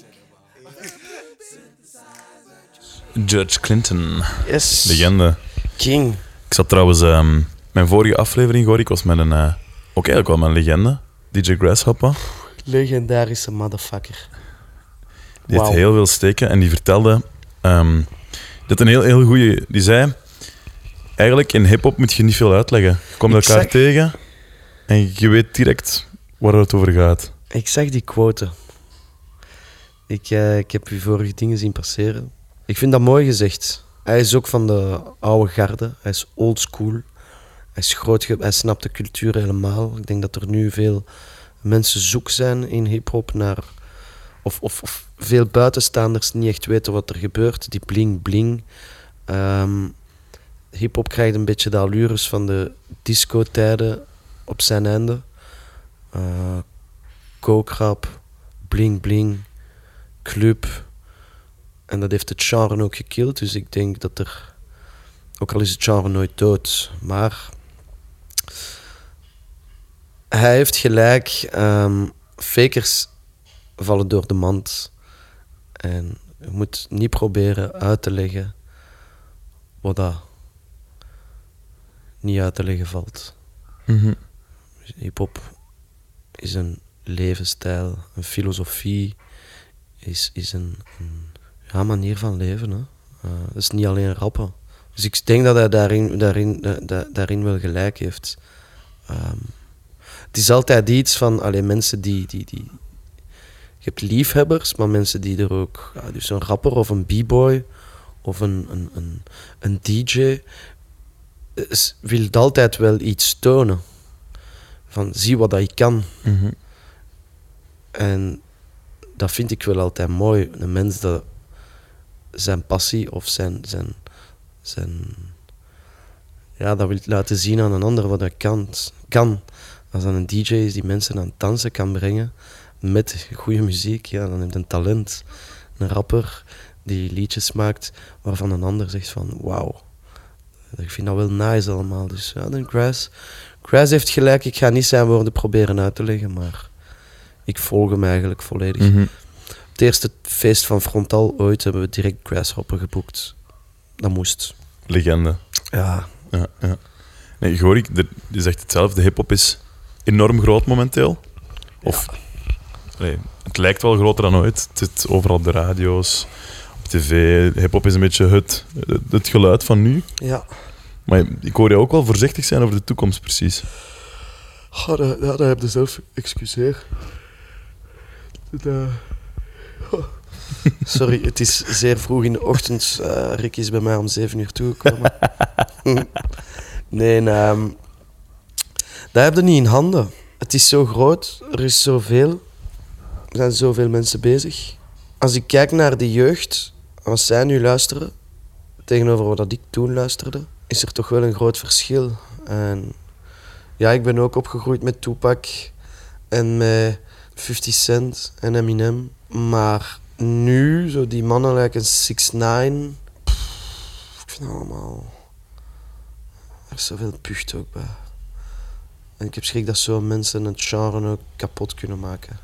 George Clinton.
Yes.
Legende.
King.
Ik zat trouwens... Um, mijn vorige aflevering, hoor ik, was met een... Uh, ook eigenlijk wel met een legende. D J Grasshopper.
Legendarische motherfucker.
Die
Wow.
had heel veel steken en die vertelde... Um, dat een heel, heel goeie... Die zei... Eigenlijk in hip-hop moet je niet veel uitleggen. Je komt
Ik
elkaar
zeg-
tegen en je weet direct waar het over gaat.
Ik zag die quote. Ik, uh, ik heb uw vorige dingen zien passeren. Ik vind dat mooi gezegd. Hij is ook van de oude garde. Hij is old school. Hij is groot. Ge- hij snapt de cultuur helemaal. Ik denk dat er nu veel mensen zoek zijn in hip-hop naar. Of, of, of veel buitenstaanders niet echt weten wat er gebeurt. Die bling-bling. Um, hip-hop krijgt een beetje de allures van de disco-tijden op zijn einde. Uh, Kookrap, bling-bling, club. En dat heeft het genre ook gekild. Dus ik denk dat er... Ook al is het genre nooit dood, maar... Hij heeft gelijk. Um, fakers vallen door de mand. En je moet niet proberen uit te leggen wat dat niet uit te leggen valt.
Mm-hmm.
Hip-hop is een levensstijl, een filosofie, is, is een, een ja, manier van leven. Hè. Uh, dat is niet alleen rappen. Dus ik denk dat hij daarin, daarin, da, da, daarin wel gelijk heeft. Um, het is altijd iets van allee, mensen die, die, die... Je hebt liefhebbers, maar mensen die er ook... Ja, dus een rapper of een b-boy of een, een, een, een D J is, wil altijd wel iets tonen. Van, zie wat dat je kan.
Mm-hmm.
En dat vind ik wel altijd mooi. Een mens dat zijn passie of zijn... zijn, zijn ja, dat wil laten zien aan een ander wat hij kan. kan. Als dat een D J is die mensen aan het dansen kan brengen met goede muziek, ja, dan heb je een talent. Een rapper die liedjes maakt waarvan een ander zegt van wauw. Ik vind dat wel nice allemaal. Dus ja, dan Grass. Grass heeft gelijk, ik ga niet zijn woorden proberen uit te leggen, maar ik volg hem eigenlijk volledig.
Mm-hmm.
Het eerste feest van Frontal ooit hebben we direct Grasshopper geboekt. Dat moest.
Legende.
Ja.
Ja, ja. Nee, Gorik, de- je zegt hetzelfde. Hip-hop is enorm groot momenteel. Of, nee, het lijkt wel groter dan ooit. Het zit overal op de radio's, op tv. Hip-hop is een beetje het, het geluid van nu.
Ja.
Maar ik hoor je ook wel voorzichtig zijn over de toekomst, precies.
Oh, dat, dat, dat heb je zelf. Excuseer. Dat, uh... oh. Sorry, het is zeer vroeg in de ochtend. Uh, Rick is bij mij om zeven uur toegekomen. Nee, um, dat heb je niet in handen. Het is zo groot, er is zoveel. Er zijn zoveel mensen bezig. Als ik kijk naar de jeugd, als zij nu luisteren, tegenover wat dat ik toen luisterde, is er toch wel een groot verschil. En ja, ik ben ook opgegroeid met Tupac en met fifty Cent en Eminem. Maar nu, zo die mannen lijken six nine, ik vind het allemaal... Er is zoveel pucht ook bij. En ik heb schrik dat zo'n mensen het genre ook kapot kunnen maken.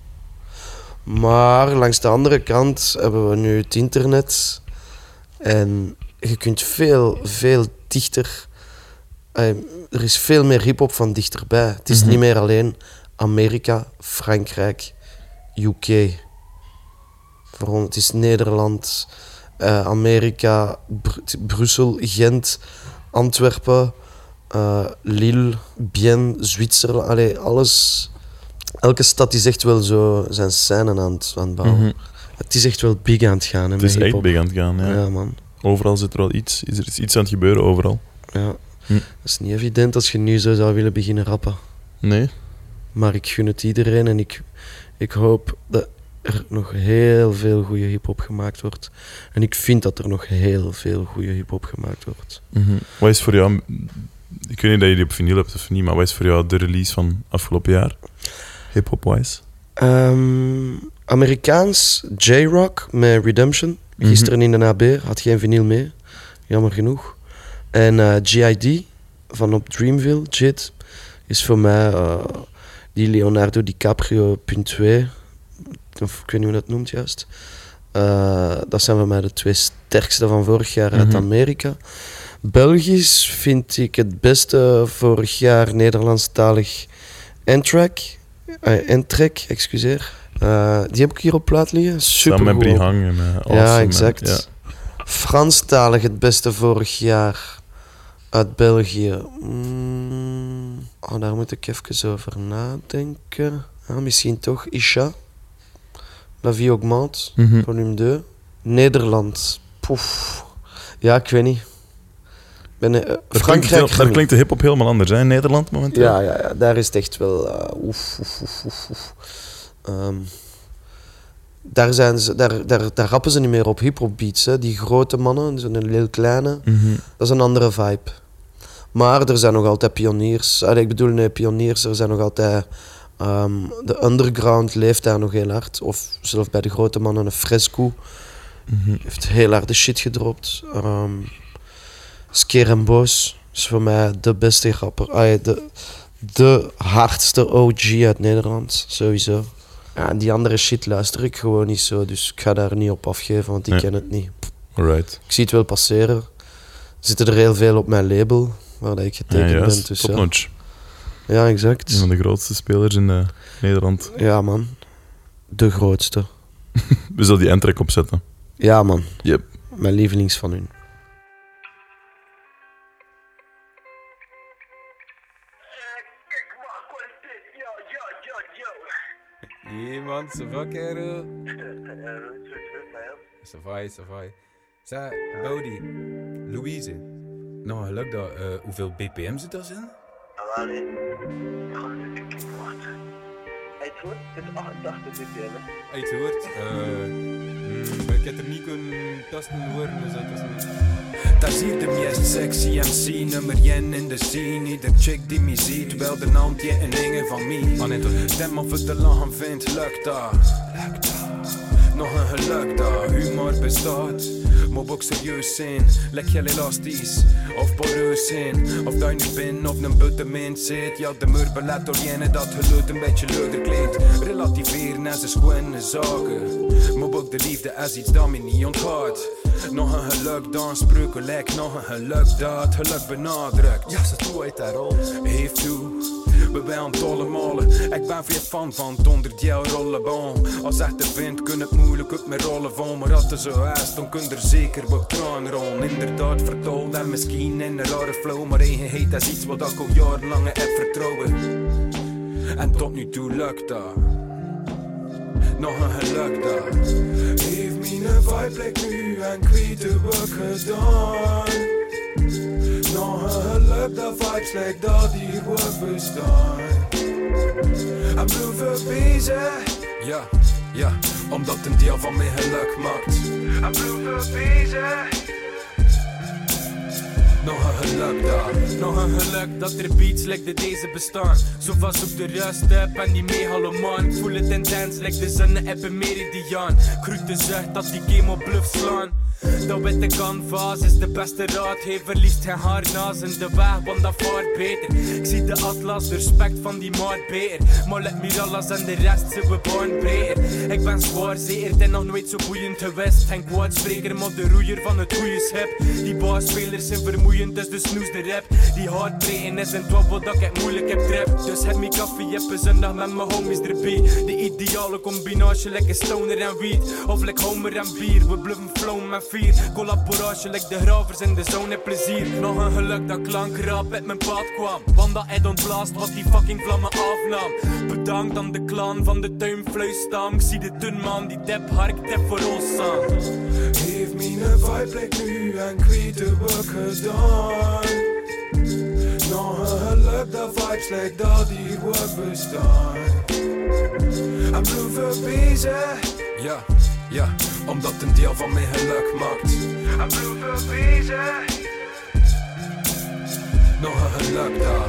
Maar langs de andere kant hebben we nu het internet. En je kunt veel, veel dichter... Uh, er is veel meer hip-hop van dichterbij. Het is mm-hmm. niet meer alleen Amerika, Frankrijk, U K. Waarom? Het is Nederland, uh, Amerika, Br- Brussel, Gent, Antwerpen, uh, Lille, Bienne, Zwitserland. Allee, alles. Elke stad is echt wel zo zijn scène aan het, aan het bouwen. Mm-hmm. Het is echt wel big aan het gaan. Hè,
het is
met
echt big aan het gaan, ja.
Ja, man.
Overal zit er al iets. Is er is iets aan het gebeuren, overal.
Ja. Hm. Dat is niet evident als je nu zo zou willen beginnen rappen.
Nee.
Maar ik gun het iedereen en ik, ik hoop dat er nog heel veel goede hip-hop gemaakt wordt. En ik vind dat er nog heel veel goede hip-hop gemaakt wordt.
Mm-hmm. Wat is voor jou, ik weet niet dat je die op vinyl hebt of niet, maar wat is voor jou de release van afgelopen jaar? Hip-hop-wise?
Um, Amerikaans, J-Rock met Redemption. Gisteren mm-hmm. in de A B, had geen vinyl mee. Jammer genoeg. En uh, G I D van op Dreamville, Jit, is voor mij uh, die Leonardo DiCaprio punt twee. Of ik weet niet hoe dat noemt juist. Uh, dat zijn voor mij de twee sterkste van vorig jaar uit mm-hmm. Amerika. Belgisch vind ik het beste vorig jaar Nederlandstalig N-Track. Uh, N-Track, excuseer. Uh, die heb ik hier op plaat liggen. Super
Samen met Brihang en met Awesome.
Ja, exact.
Ja.
Franstalig het beste vorig jaar uit België. Mm, oh, daar moet ik even over nadenken. Ah, misschien toch Isha. La Vie Augmente, mm-hmm. volume twee. Nederland. Poef. Ja, ik weet niet. Ben, uh,
daar
Frankrijk.
Klinkt heel, daar klinkt de hip-hop helemaal anders, hè? In Nederland momenteel.
Ja, ja, ja, daar is het echt wel. Uh, oef, oef, oef, oef, oef. Um, daar, zijn ze, daar, daar, daar rappen ze niet meer op hip-hop beats. Hè. Die grote mannen, zo'n heel kleine,
mm-hmm.
dat is een andere vibe. Maar er zijn nog altijd pioniers. Allee, ik bedoel, nee, pioniers, er zijn nog altijd. Um, de underground leeft daar nog heel hard. Of zelfs bij de grote mannen, een Fresco.
Mm-hmm.
Heeft heel harde shit gedropt. Um, Skerenboos is voor mij de beste rapper. Allee, de, de hardste O G uit Nederland, sowieso. Ja, en die andere shit luister ik gewoon niet zo, dus ik ga daar niet op afgeven, want ik nee. ken het niet.
Alright.
Ik zie het wel passeren. Er zitten er heel veel op mijn label, waar dat ik getekend
ja,
ben. Dus
top
ja.
notch.
Ja, exact.
Een van de grootste spelers in uh, Nederland.
Ja, man. De grootste.
We zullen die N-track opzetten.
Ja, man.
Yep.
Mijn lievelings van hun.
Yeah, man, ça va, Kero? Ça va, ça va. Zeg, Bodie, Louise. Nou, geluk dat. Uh, hoeveel B P M zit dat in?
Ah, wel, nee. Wacht. Hij het hoort, het is achtentachtig B P M.
Hij het hoort? Uh, mm, ik heb er niet kunnen tasten horen, dus dat is niet.
Daar zie je meest sexy M C, nummer één in de scene. Ieder chick die me ziet, wel de naam die een dingen van mij.
Ah, nee, toch?
Stem of het te lang vindt, lukt dat. Nog een geluk dat humor bestaat. Moet ook serieus zijn, lek je elastisch of poreus zijn. Of dat je nu bent of een butte mens zit. Ja, de muur belet door jene dat geluid een beetje leuker klinkt. Relativeren als een schone zaken. Moet ook de liefde als iets dat me niet ontgaat. Nog een geluk dan spreuken lek, nog een geluk dat geluk benadrukt.
Ja, ze toe uit daar al.
Heeft toe. We zijn het allemaal. Ik ben veel fan van het onder jouw rollenboom. Als echt de wind kun het moeilijk op mijn rollen van. Maar als het zo is, dan kun er zeker wat kraan rollen. Inderdaad verteld en misschien in een rare flow. Maar eigenheid is iets wat ik al jarenlang heb vertrouwen. En tot nu toe lukt dat. Nog een geluk dat. Geef me een vibe like nu en ik weet de wat gedaan. Nog een geluk dat vibes like dat hier wordt bestaan. En blijven bezig. Ja, ja, omdat een deel van mijn geluk maakt. En blijven bezig. Nog een geluk daar. Nog een geluk dat er beats like de deze bestaan. Zo vast op de rust heb en die megaloman. Ik voel het intens like de zonne-app in meridiaan. Groet de zucht dat die game op bluff slaan. Dat witte canvas is de beste raad. Hij verliest geen haar naast in de weg, want dat vaart beter. Ik zie de atlas, de respect van die maat beter. Maar let Mirallas en de rest zijn we baanbreker. Ik ben zwaar zeker en nog nooit zo boeiend geweest. Geen kwaadspreker, maar de roeier van het goede schip. Die baasspelers zijn vermoeiend, dus de snoes de rap. Die hardbreken is een twabbel dat ik moeilijk heb trip. Dus heb me koffie, jeppe zondag met mijn homies erbij. De ideale combinatie, lekker stoner en weed. Of like homer en bier, we bluffen flow met vier. Collaboratie, like de gravers in de zone en plezier. Nog een geluk dat klankraap uit mijn pad kwam. Want dat hij ontblaast wat die fucking vlammen afnam. Bedankt aan de clan van de tuinfluisstam. Ik zie de dunman die tap hard tap voor ons aan.
Geef me een vibe like nu en ik weet de work gedaan. Nog een geluk dat vibes like dat hier wordt bestaan. I'm blue voor bezig.
Ja, ja, omdat een deel van mijn geluk maakt.
I'm blue voor bezig.
Nog een geluk daar.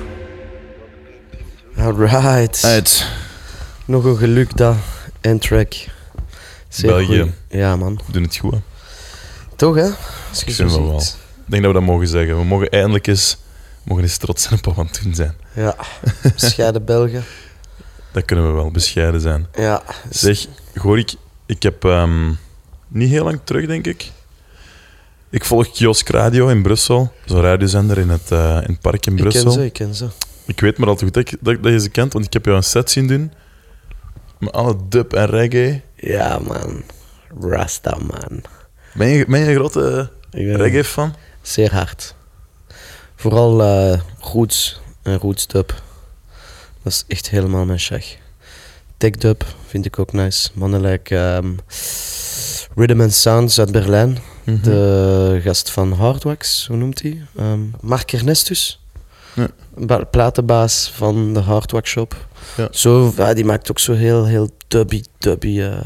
Alright.
Uit.
Nog een geluk dat. En track. Zeer
België.
goed. Ja, man.
Doen het goed, hè?
Toch, hè? Als je
Ik
zo
vind wel wel.
ziet.
Ik denk dat we dat mogen zeggen. We mogen eindelijk eens, mogen eens trots zijn op wat we aan het doen zijn.
Ja, bescheiden Belgen.
Dat kunnen we wel, bescheiden zijn.
Ja.
Zeg, Gorik, ik heb um, niet heel lang terug, denk ik. Ik volg Kiosk Radio in Brussel. Zo'n radiozender in het, uh, in het park in
Ik
Brussel.
ken ze, ik ken ze.
Ik weet maar al te goed dat, ik- dat, dat je ze kent, want ik heb jou een set zien doen. Met alle dub en reggae.
Ja, man. Rasta, man.
Ben je, ben je een grote
Ik ben
reggae-fan?
Zeer hard. Vooral uh, roots en roots dub. Dat is echt helemaal mijn shag. Tech dub vind ik ook nice. Mannen like um, Rhythm and Sounds uit Berlijn.
Mhm.
De gast van Hardwax, hoe noemt hij? Um, Mark Ernestus.
Ja.
Ba- platenbaas van de Hardwax shop.
Ja.
Zo, ja, die maakt ook zo heel, heel dubby, dubby, uh,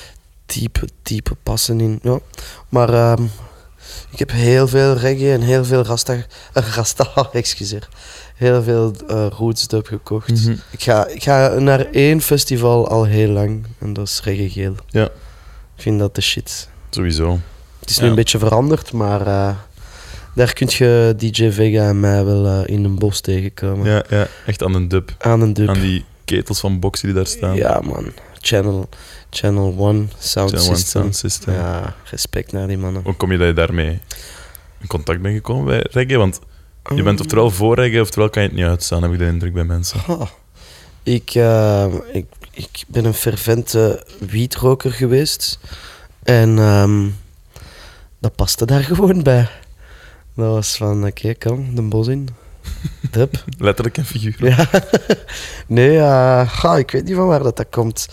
diepe, diepe passen in. Ja. Maar um, ik heb heel veel reggae en heel veel rasta, uh, rasta excuseer. Heel veel uh, roots dub gekocht.
Mhm.
ik, ga, ik ga naar één festival al heel lang en dat is Reggae Geel.
Ja.
Ik vind dat de shit.
Sowieso.
Het is nu
Ja.
een beetje veranderd, maar uh, daar kun je D J Vega en mij wel uh, in een bos tegenkomen.
Ja, ja, echt aan een dub.
Aan een dub.
Aan die ketels van Boxy die daar staan.
Ja, man. Channel, Channel One Sound
Channel One
System.
Sound System.
Ja, respect naar die mannen.
Hoe kom je dat je daarmee in contact bent gekomen bij reggae? Want je
Mm.
bent oftewel voor reggae, oftewel kan je het niet uitstaan, heb ik de indruk bij mensen.
Ha. Ik, uh, ik, ik ben een fervente wietroker geweest. En um, dat paste daar gewoon bij. Dat was van, oké, okay, kom, de bos in. Dub.
Letterlijk en figuurlijk.
Ja. Nee, uh, ga, ik weet niet van waar dat, dat komt.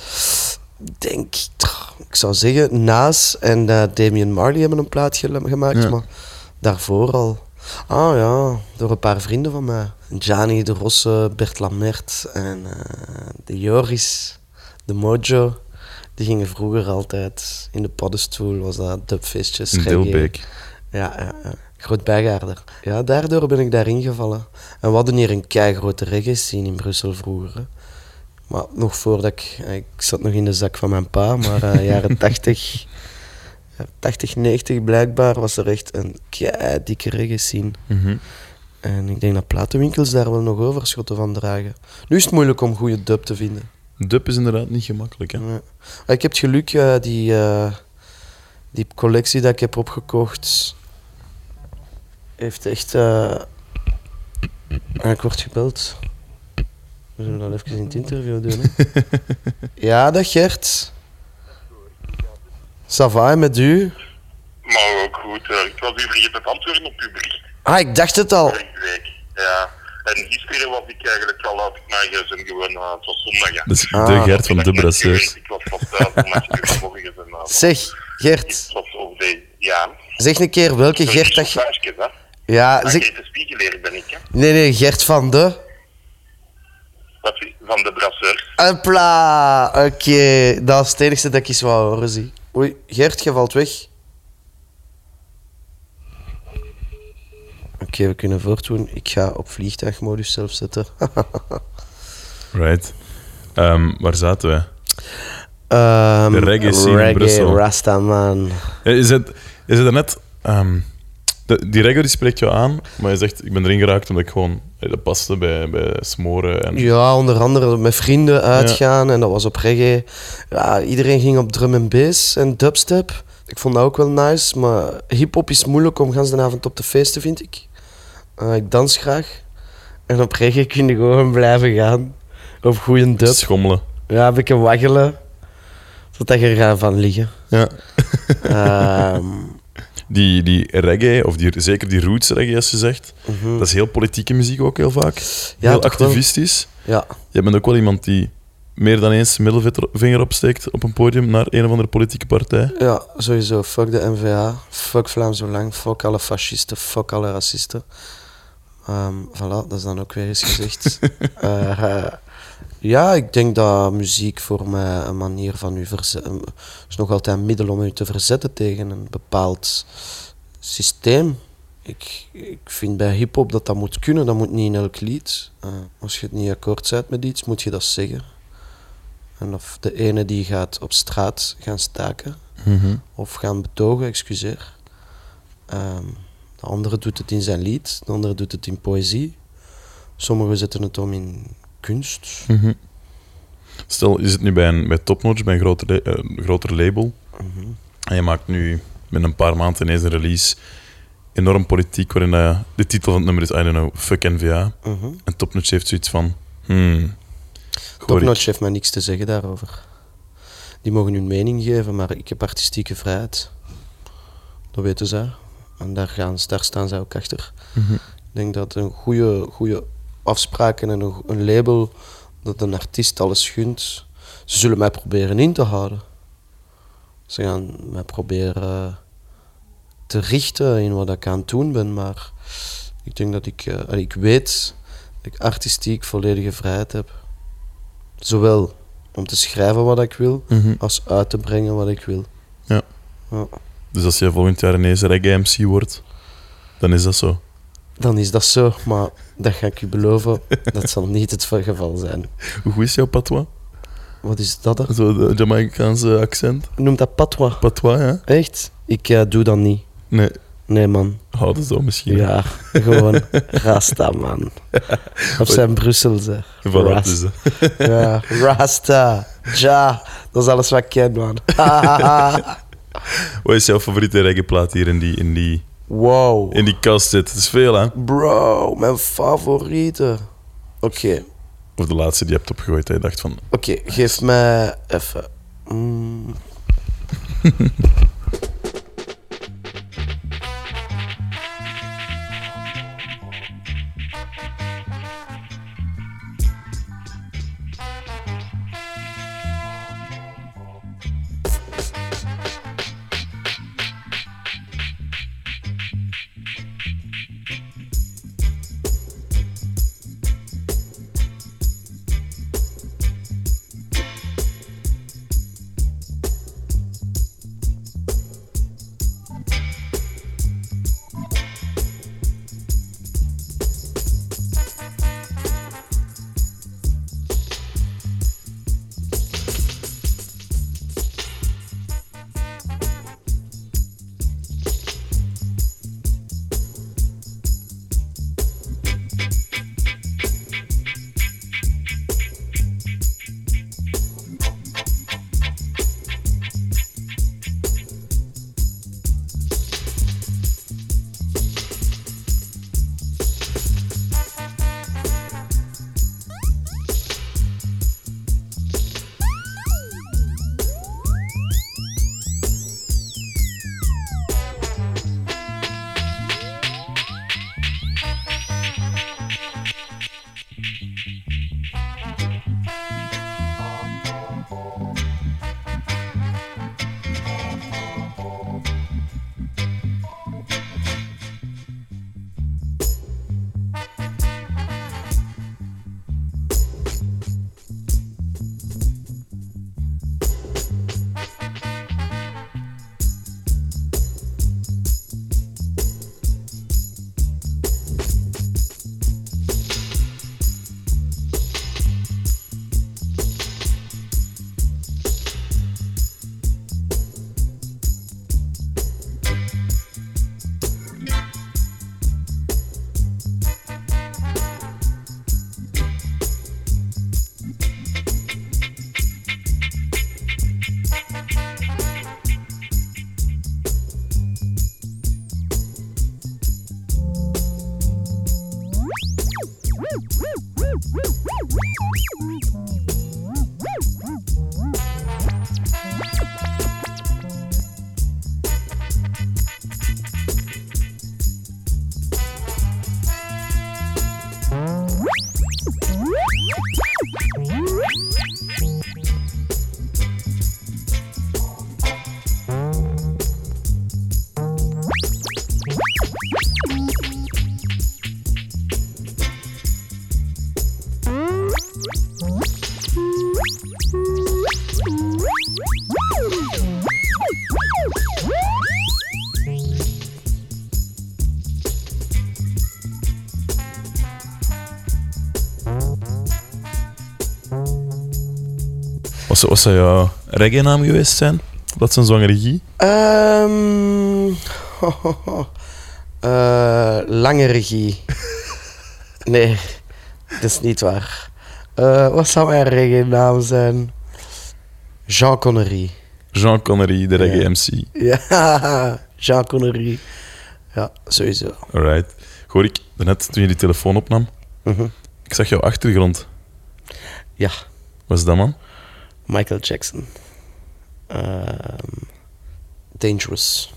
Ik denk, ik zou zeggen, Naas en uh, Damian Marley hebben een plaat gel- gemaakt,
Ja.
maar daarvoor al. Ah ja, door een paar vrienden van mij. Gianni de Rosse, Bert Lamert en uh, de Joris, de Mojo. Die gingen vroeger altijd in de paddenstoel, was dat dubfeestjes.
In
reggae.
Dilbeek.
Ja, ja, ja. Groot Bijgaarder. Ja, daardoor ben ik daarin gevallen. En we hadden hier een keigrote reggae scene in Brussel vroeger. Hè. Maar nog voordat ik... Ik zat nog in de zak van mijn pa, maar uh, jaren tachtig... tachtig, negentig blijkbaar was er echt een kei dikke reggae scene.
Mhm.
En ik denk dat platenwinkels daar wel nog overschotten van dragen. Nu is het moeilijk om goede dub te vinden.
Dub is inderdaad niet gemakkelijk, hè?
Ja. Maar ik heb het geluk, uh, die, uh, die collectie dat ik heb opgekocht, heeft echt... Uh... Ah, ik word gebeld. We zullen dat even in het interview doen. Hè. Ja, dag Gert. Ça va, en met u?
Maar ook goed. Uh, ik was u vergeten te antwoorden op uw bericht.
Ah, ik dacht het al.
Vorige week. Ja. En gisteren was ik eigenlijk al uit mijn gsm gewoon. Uh, het was zondag. Ja.
Dat is
Ah.
de Gert van
Ik
de
was net
Brasseurs.
gewend, Ik was pas thuis om acht uur 's morgens. En, uh,
Zeg, Gert.
Het was over de... Ja.
Zeg een keer welke
Zo'n
Gert dat je...
chauffeursjes, hè.
Ja,
Ah,
zeg...
Geert de Spiegeleer ben ik, hè.
Nee, nee, Gert van de...
Wat, van de Brasseurs.
Hopla, oké. Okay. Dat is het enige dat ik eens wou horen, zie. Oei, Gert, je valt weg. Oké, we kunnen voortdoen. Ik ga op vliegtuigmodus zelf zetten.
Right. Um, waar zaten we?
Um,
de reggae scene
reggae,
in Brussel.
Rastaman.
Ja, is het, is het net... Um, de, die reggae die spreekt jou aan, maar je zegt, ik ben erin geraakt omdat ik gewoon... Dat paste bij, bij smoren. En...
Ja, onder andere met vrienden uitgaan ja. en dat was op reggae. Ja, iedereen ging op drum en bass en dubstep. Ik vond dat ook wel nice, maar hip-hop is moeilijk om gans de avond op te feesten, vind ik. Uh, ik dans graag. En op reggae kun je gewoon blijven gaan. Op goede dub.
Schommelen.
Ja, een beetje waggelen. Zodat je er gaat van liggen.
Ja.
um,
die, die reggae, of die, zeker die roots reggae, als je zegt,
uh-huh.
dat is heel politieke muziek ook heel vaak.
Ja,
heel activistisch.
Ja.
Je bent ook wel iemand die meer dan eens middelvinger opsteekt op een podium naar een of andere politieke partij.
Ja, sowieso. Fuck de N V A. Fuck Vlaams Belang. Fuck alle fascisten. Fuck alle racisten. Um, voilà, dat is dan ook weer eens gezegd. uh, uh, ja, ik denk dat muziek voor mij een manier van u verzetten... is nog altijd een middel om u te verzetten tegen een bepaald systeem. Ik, ik vind bij hip-hop dat dat moet kunnen, dat moet niet in elk lied. Uh, als je het niet akkoord bent met iets, moet je dat zeggen. En of de ene die gaat op straat gaan staken,
mm-hmm.
of gaan betogen, excuseer. Um, de andere doet het in zijn lied, de andere doet het in poëzie. Sommigen zetten het om in kunst.
Mm-hmm. Stel, je zit nu bij een bij Topnotch, bij een groter, uh, groter label.
Mm-hmm.
En je maakt nu met een paar maanden ineens een release enorm politiek, waarin uh, de titel van het nummer is, I don't know, Fuck N V A.
Mm-hmm.
En Topnotch heeft zoiets van... Hmm,
Topnotch heeft mij niks te zeggen daarover. Die mogen hun mening geven, maar ik heb artistieke vrijheid. Dat weten zij. En daar, gaan, daar staan zij ook achter.
Mm-hmm.
Ik denk dat een goede, goede afspraken en een, een label dat een artiest alles gunt, ze zullen mij proberen in te houden. Ze gaan mij proberen te richten in wat ik aan het doen ben, maar ik denk dat ik, uh, ik weet dat ik artistiek volledige vrijheid heb. Zowel om te schrijven wat ik wil,
mm-hmm.
als uit te brengen wat ik wil.
Ja.
Ja.
Dus als je volgend jaar ineens reggae M C wordt, dan is dat zo?
Dan is dat zo, maar dat ga ik u beloven, dat zal niet het geval zijn.
Hoe goed is jouw patois?
Wat is dat er?
Zo de Jamaicaanse accent.
Noemt dat patois?
Patois, ja.
Echt? Ik uh, doe dat niet.
Nee.
Nee, man.
Houden zo misschien.
Ja, gewoon Rasta, man. Op zijn Brussel, zeg.
Voilà,
Rasta. Ja, Rasta. Ja, dat is alles wat ik ken, man.
Wat is jouw favoriete reggaeplaat hier in die, in die,
wow.
in die kast zit? Het is veel, hè?
Bro, mijn favoriete. Oké. Okay.
Of de laatste die je hebt opgegooid, dat je dacht van...
Oké, okay, geef mij even... Mm.
Wat zou, wat zou jouw reggae-naam geweest zijn? Dat zijn zwangere regie?
Um, ho, ho, ho. Uh, lange regie. Nee, dat is niet waar. Uh, wat zou mijn reggae-naam zijn? Jean Connery.
Jean Connery, de reggae
ja.
M C.
Ja, Jean Connery. Ja, sowieso.
Alright. Hoor ik daarnet toen je die telefoon opnam?
Mm-hmm.
Ik zag jouw achtergrond.
Ja.
Wat is dat, man?
Michael Jackson. Um, Dangerous.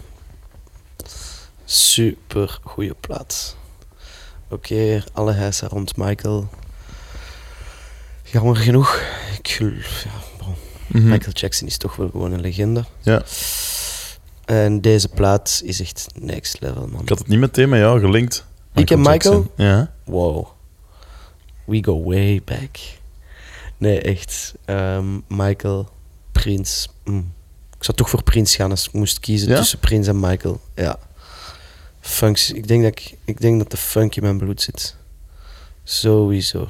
Super goede plaat. Oké, okay, alle heisa rond Michael. Jammer genoeg. Ik geloof, ja, bon. mm-hmm. Michael Jackson is toch wel gewoon een legende.
Ja.
En deze plaat is echt next level, man.
Ik had het niet meteen met jou gelinkt.
Ik en Michael?
Ja.
Wow. We go way back. Nee, echt. Um, Michael, Prince. Mm. Ik zou toch voor Prince gaan als ik moest kiezen ja? tussen Prince en Michael. Ja. Funks, ik, denk dat ik, ik denk dat de funk in mijn bloed zit. Sowieso.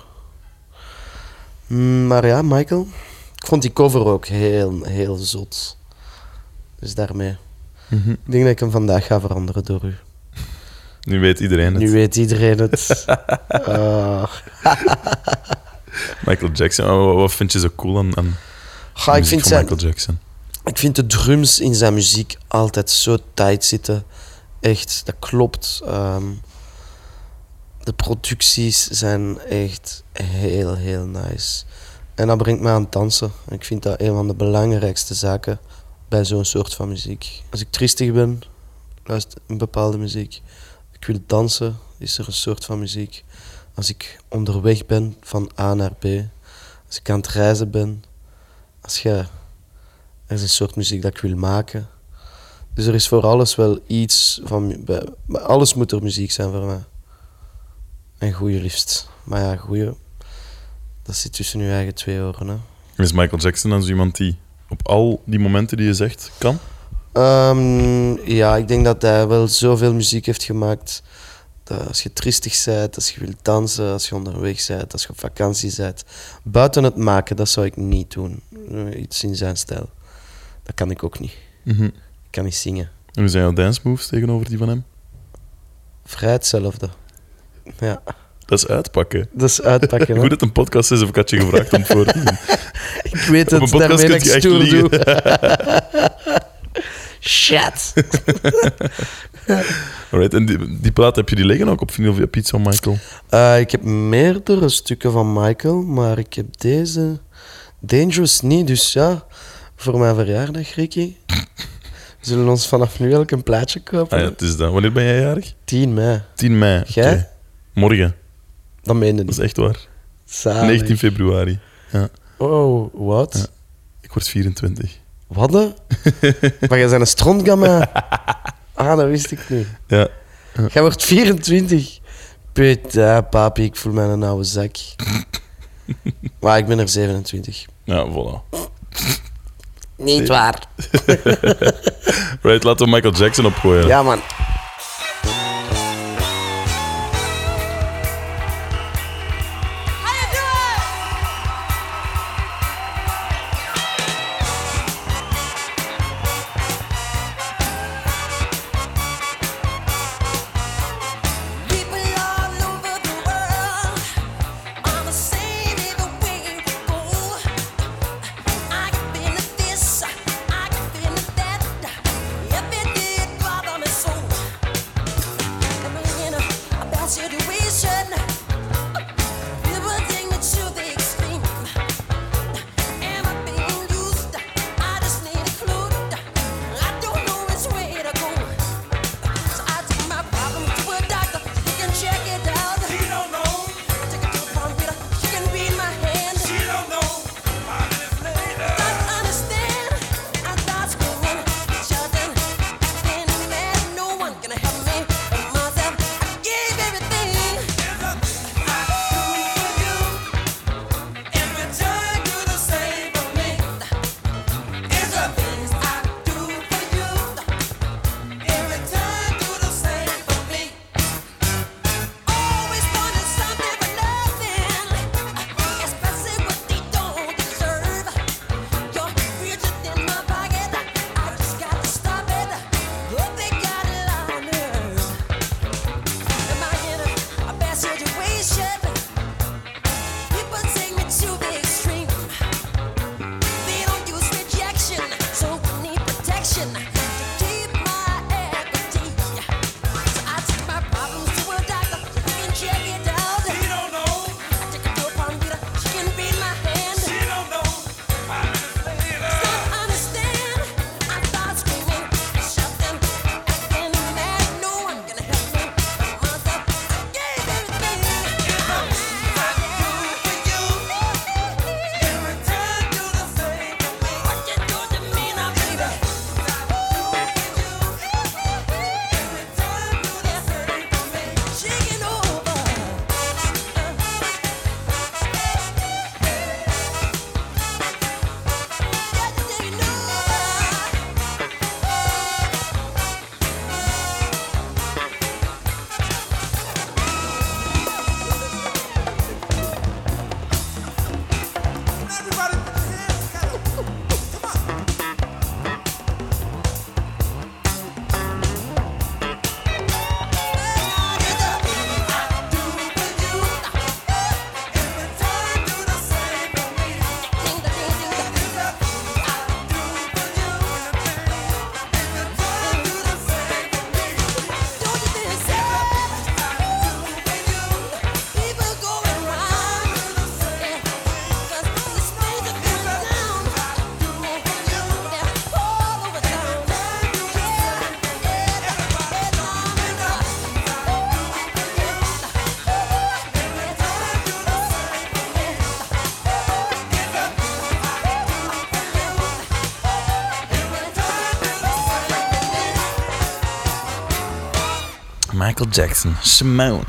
Mm, maar ja, Michael. Ik vond die cover ook heel, heel zot. Dus daarmee.
Mm-hmm.
Ik denk dat ik hem vandaag ga veranderen door u.
Nu weet iedereen het.
Nu weet iedereen het. uh.
Michael Jackson, wat vind je zo cool aan, aan
Ga, ik vind
van
zijn,
Michael Jackson?
Ik vind de drums in zijn muziek altijd zo tight zitten. Echt, dat klopt. Um, de producties zijn echt heel, heel nice. En dat brengt mij aan het dansen. Ik vind dat een van de belangrijkste zaken bij zo'n soort van muziek. Als ik tristig ben, luister een bepaalde muziek. Ik wil dansen, is er een soort van muziek. Als ik onderweg ben van A naar B. Als ik aan het reizen ben. Als je... Er is een soort muziek dat ik wil maken. Dus er is voor alles wel iets van... Bij, bij alles moet er muziek zijn voor mij. En goeie liefst. Maar ja, goeie... Dat zit tussen je eigen twee oren. Hè.
Is Michael Jackson dan zo iemand die op al die momenten die je zegt kan?
Um, ja, ik denk dat hij wel zoveel muziek heeft gemaakt. Dat als je tristig bent, als je wilt dansen, als je onderweg bent, als je op vakantie bent. Buiten het maken, dat zou ik niet doen. Iets in zijn stijl. Dat kan ik ook niet.
Mm-hmm.
Ik kan niet zingen.
En hoe zijn jouw dance moves tegenover die van hem?
Vrij hetzelfde. Ja.
Dat is uitpakken.
Dat is uitpakken.
Goed dat het een podcast is, of ik had je gevraagd om het voor te doen.
Ik weet het, daarmee dat ik stoer doe. Shit.
Alright, en die, die plaat, heb je die liggen ook op vinyl of heb je iets van Michael?
Uh, ik heb meerdere stukken van Michael, maar ik heb deze Dangerous niet. Dus ja, voor mijn verjaardag, Ricky, zullen we ons vanaf nu elk een plaatje kopen.
Ah ja, het is dat. Wanneer ben jij jarig?
tien mei.
tien mei.
Jij?
Okay. Morgen.
Dat meen je niet.
Dat is echt waar.
Zalig.
negentien februari. Ja.
Oh, wat?
Ja. Ik word vierentwintig.
Wat? Maar jij bent een strontgamma. Ah, dat wist ik niet.
Ja. Ja.
Jij wordt vierentwintig. Puta, papi, ik voel mij een oude zak. Maar ik ben er zevenentwintig.
Ja, voilà.
Niet waar.
Right, laten we Michael Jackson opgooien.
Ja, man.
Every day bother me so.
Michael Jackson. Simone.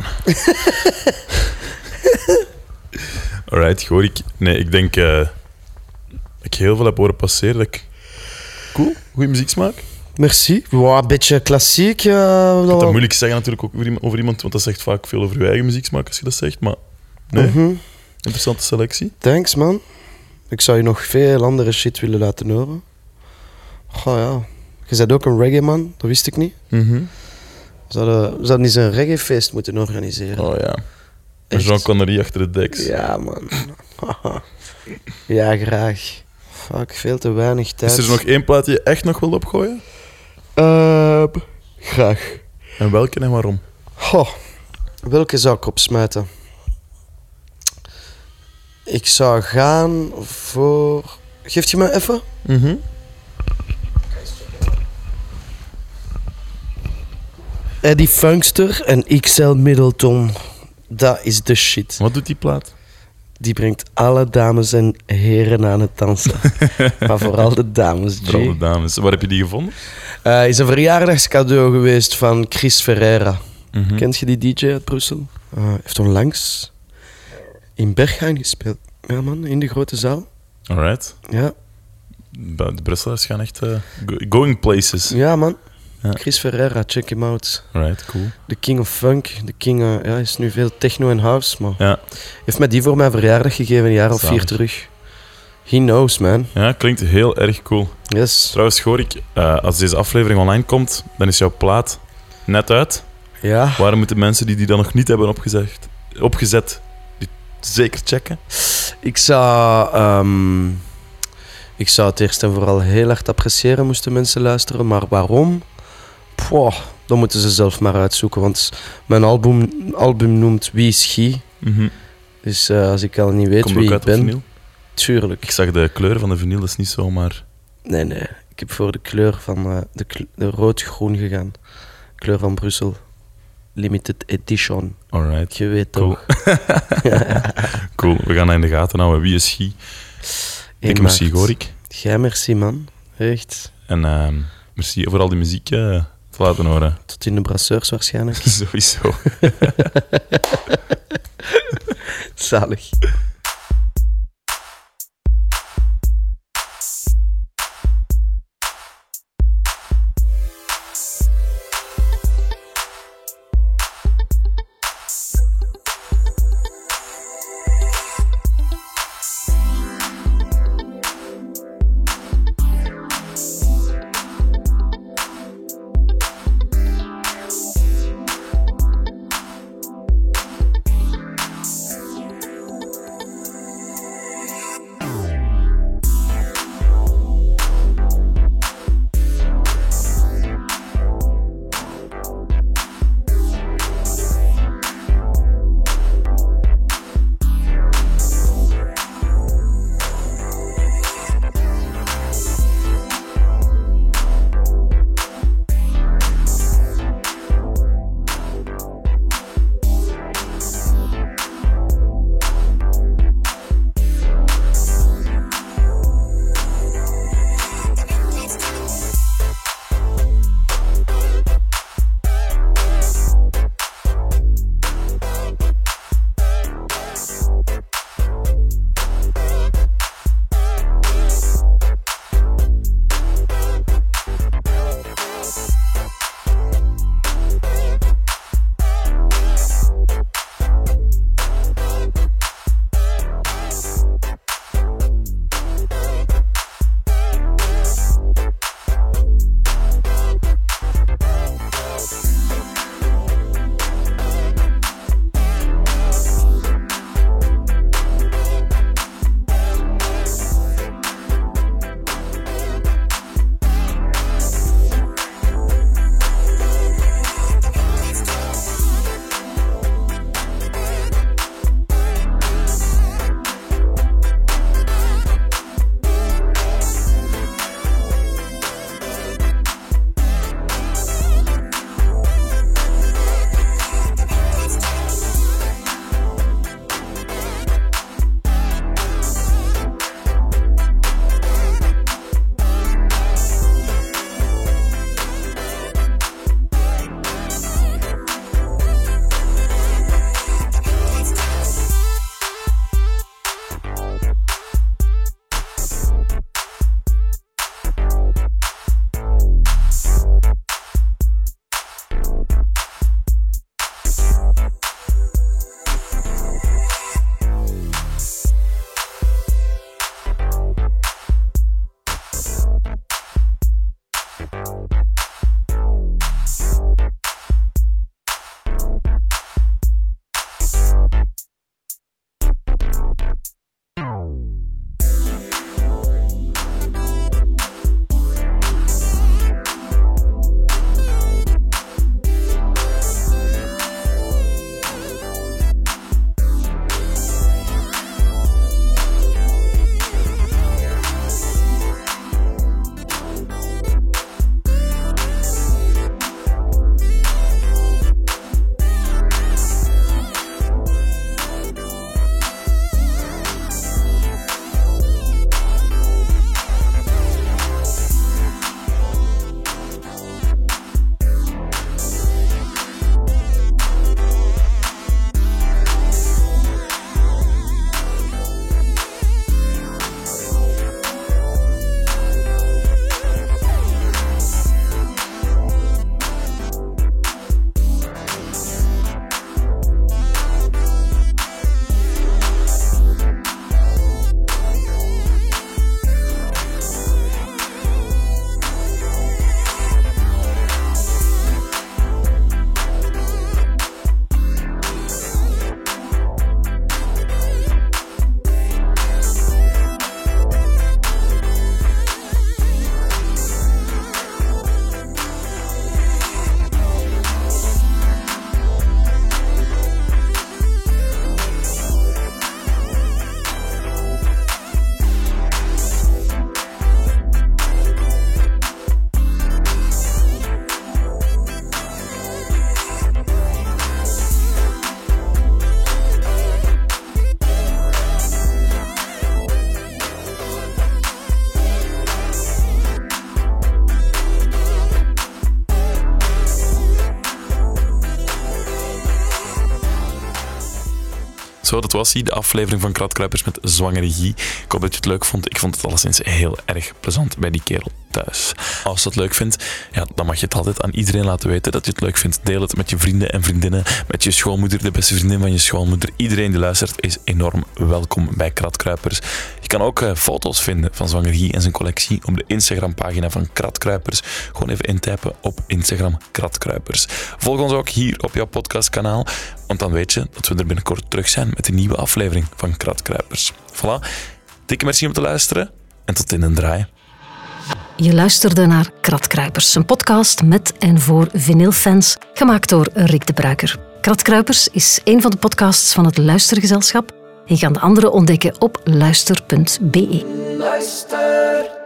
Alright, Gorik. Nee, ik denk uh, dat ik heel veel heb horen passeren. Dat ik... Cool, goede muzieksmaak.
Merci. Wow, een beetje klassiek. Uh,
ik kan dat moeilijk zeggen natuurlijk ook over iemand, over iemand, want dat zegt vaak veel over je eigen muzieksmaak als je dat zegt. Maar nee,
mm-hmm.
Interessante selectie.
Thanks, man. Ik zou je nog veel andere shit willen laten horen. Oh ja. Je bent ook een reggae man, dat wist ik niet.
Mm-hmm.
We zouden, we zouden eens een reggae-feest moeten organiseren.
Oh ja. Met Jean Connery achter de deks.
Ja, man. Ja, graag. Fuck, veel te weinig tijd.
Is er nog één plaat die je echt nog wil opgooien?
Uh, graag.
En welke en waarom?
Oh, welke zou ik opsmijten? Ik zou gaan voor... Geeft je me even?
Mhm.
Eddie Funkster en X L Middleton. Dat is de shit.
Wat doet die plaat?
Die brengt alle dames en heren aan het dansen. Maar vooral de dames, G.
Vooral de dames. Waar heb je die gevonden?
Uh, is een verjaardagscadeau geweest van Chris Ferreira.
Mm-hmm.
Kent je die D J uit Brussel? Uh, heeft onlangs in Berghain gespeeld. Ja man, in de grote zaal.
Alright.
Ja.
De Brusselaars gaan echt uh, going places.
Ja man.
Ja.
Chris Ferreira, check him out.
Alright, cool.
De king of funk. De king uh, ja, is nu veel techno en house, maar
ja.
heeft mij die voor mijn verjaardag gegeven een jaar of
Zalig.
vier terug. He knows, man.
Ja, klinkt heel erg cool.
Yes.
Trouwens, Gorik, uh, als deze aflevering online komt, dan is jouw plaat net uit.
Ja.
Waarom moeten mensen die die dan nog niet hebben opgezet, opgezet die zeker checken?
Ik zou... Um, ik zou het eerst en vooral heel hard appreciëren moesten mensen luisteren, maar waarom? Poh, dan moeten ze zelf maar uitzoeken, want mijn album, album noemt Wie is Guy.
Mm-hmm.
Dus uh, als ik al niet weet
Komt
wie
ook
ik
uit
ben...
op vinyl?
Tuurlijk.
Ik zag de kleur van de vinyl, dat is niet zomaar...
Nee, nee. Ik heb voor de kleur van uh, de, kle- de rood-groen gegaan. Kleur van Brussel. Limited edition.
Alright.
Je weet
cool.
toch.
Cool, we gaan dat in de gaten houden. Wie is Guy? Ik merci, Gorik.
Jij merci, man. Echt.
En uh, merci voor al die muziek uh, te laten horen.
Tot in de brasseurs waarschijnlijk.
Sowieso.
Zalig.
Zo, dat was hij, de aflevering van Kratkruipers met zwangere Guy. Ik hoop dat je het leuk vond. Ik vond het alleszins heel erg plezant bij die kerel thuis. Als je het leuk vindt, ja, dan mag je het altijd aan iedereen laten weten dat je het leuk vindt. Deel het met je vrienden en vriendinnen, met je schoonmoeder, de beste vriendin van je schoonmoeder. Iedereen die luistert is enorm welkom bij Kratkruipers. Je kan ook uh, foto's vinden van zwanger Guy en zijn collectie op de Instagram-pagina van Kratkruipers. Gewoon even intypen op Instagram Kratkruipers. Volg ons ook hier op jouw podcastkanaal, want dan weet je dat we er binnenkort terug zijn met een nieuwe aflevering van Kratkruipers. Voilà. Dikke merci om te luisteren en tot in een draai.
Je luisterde naar Kratkruipers, een podcast met en voor vinylfans, gemaakt door Rick de Bruiker. Kratkruipers is een van de podcasts van het Luistergezelschap. Je kan de andere ontdekken op luister punt be.
Luister.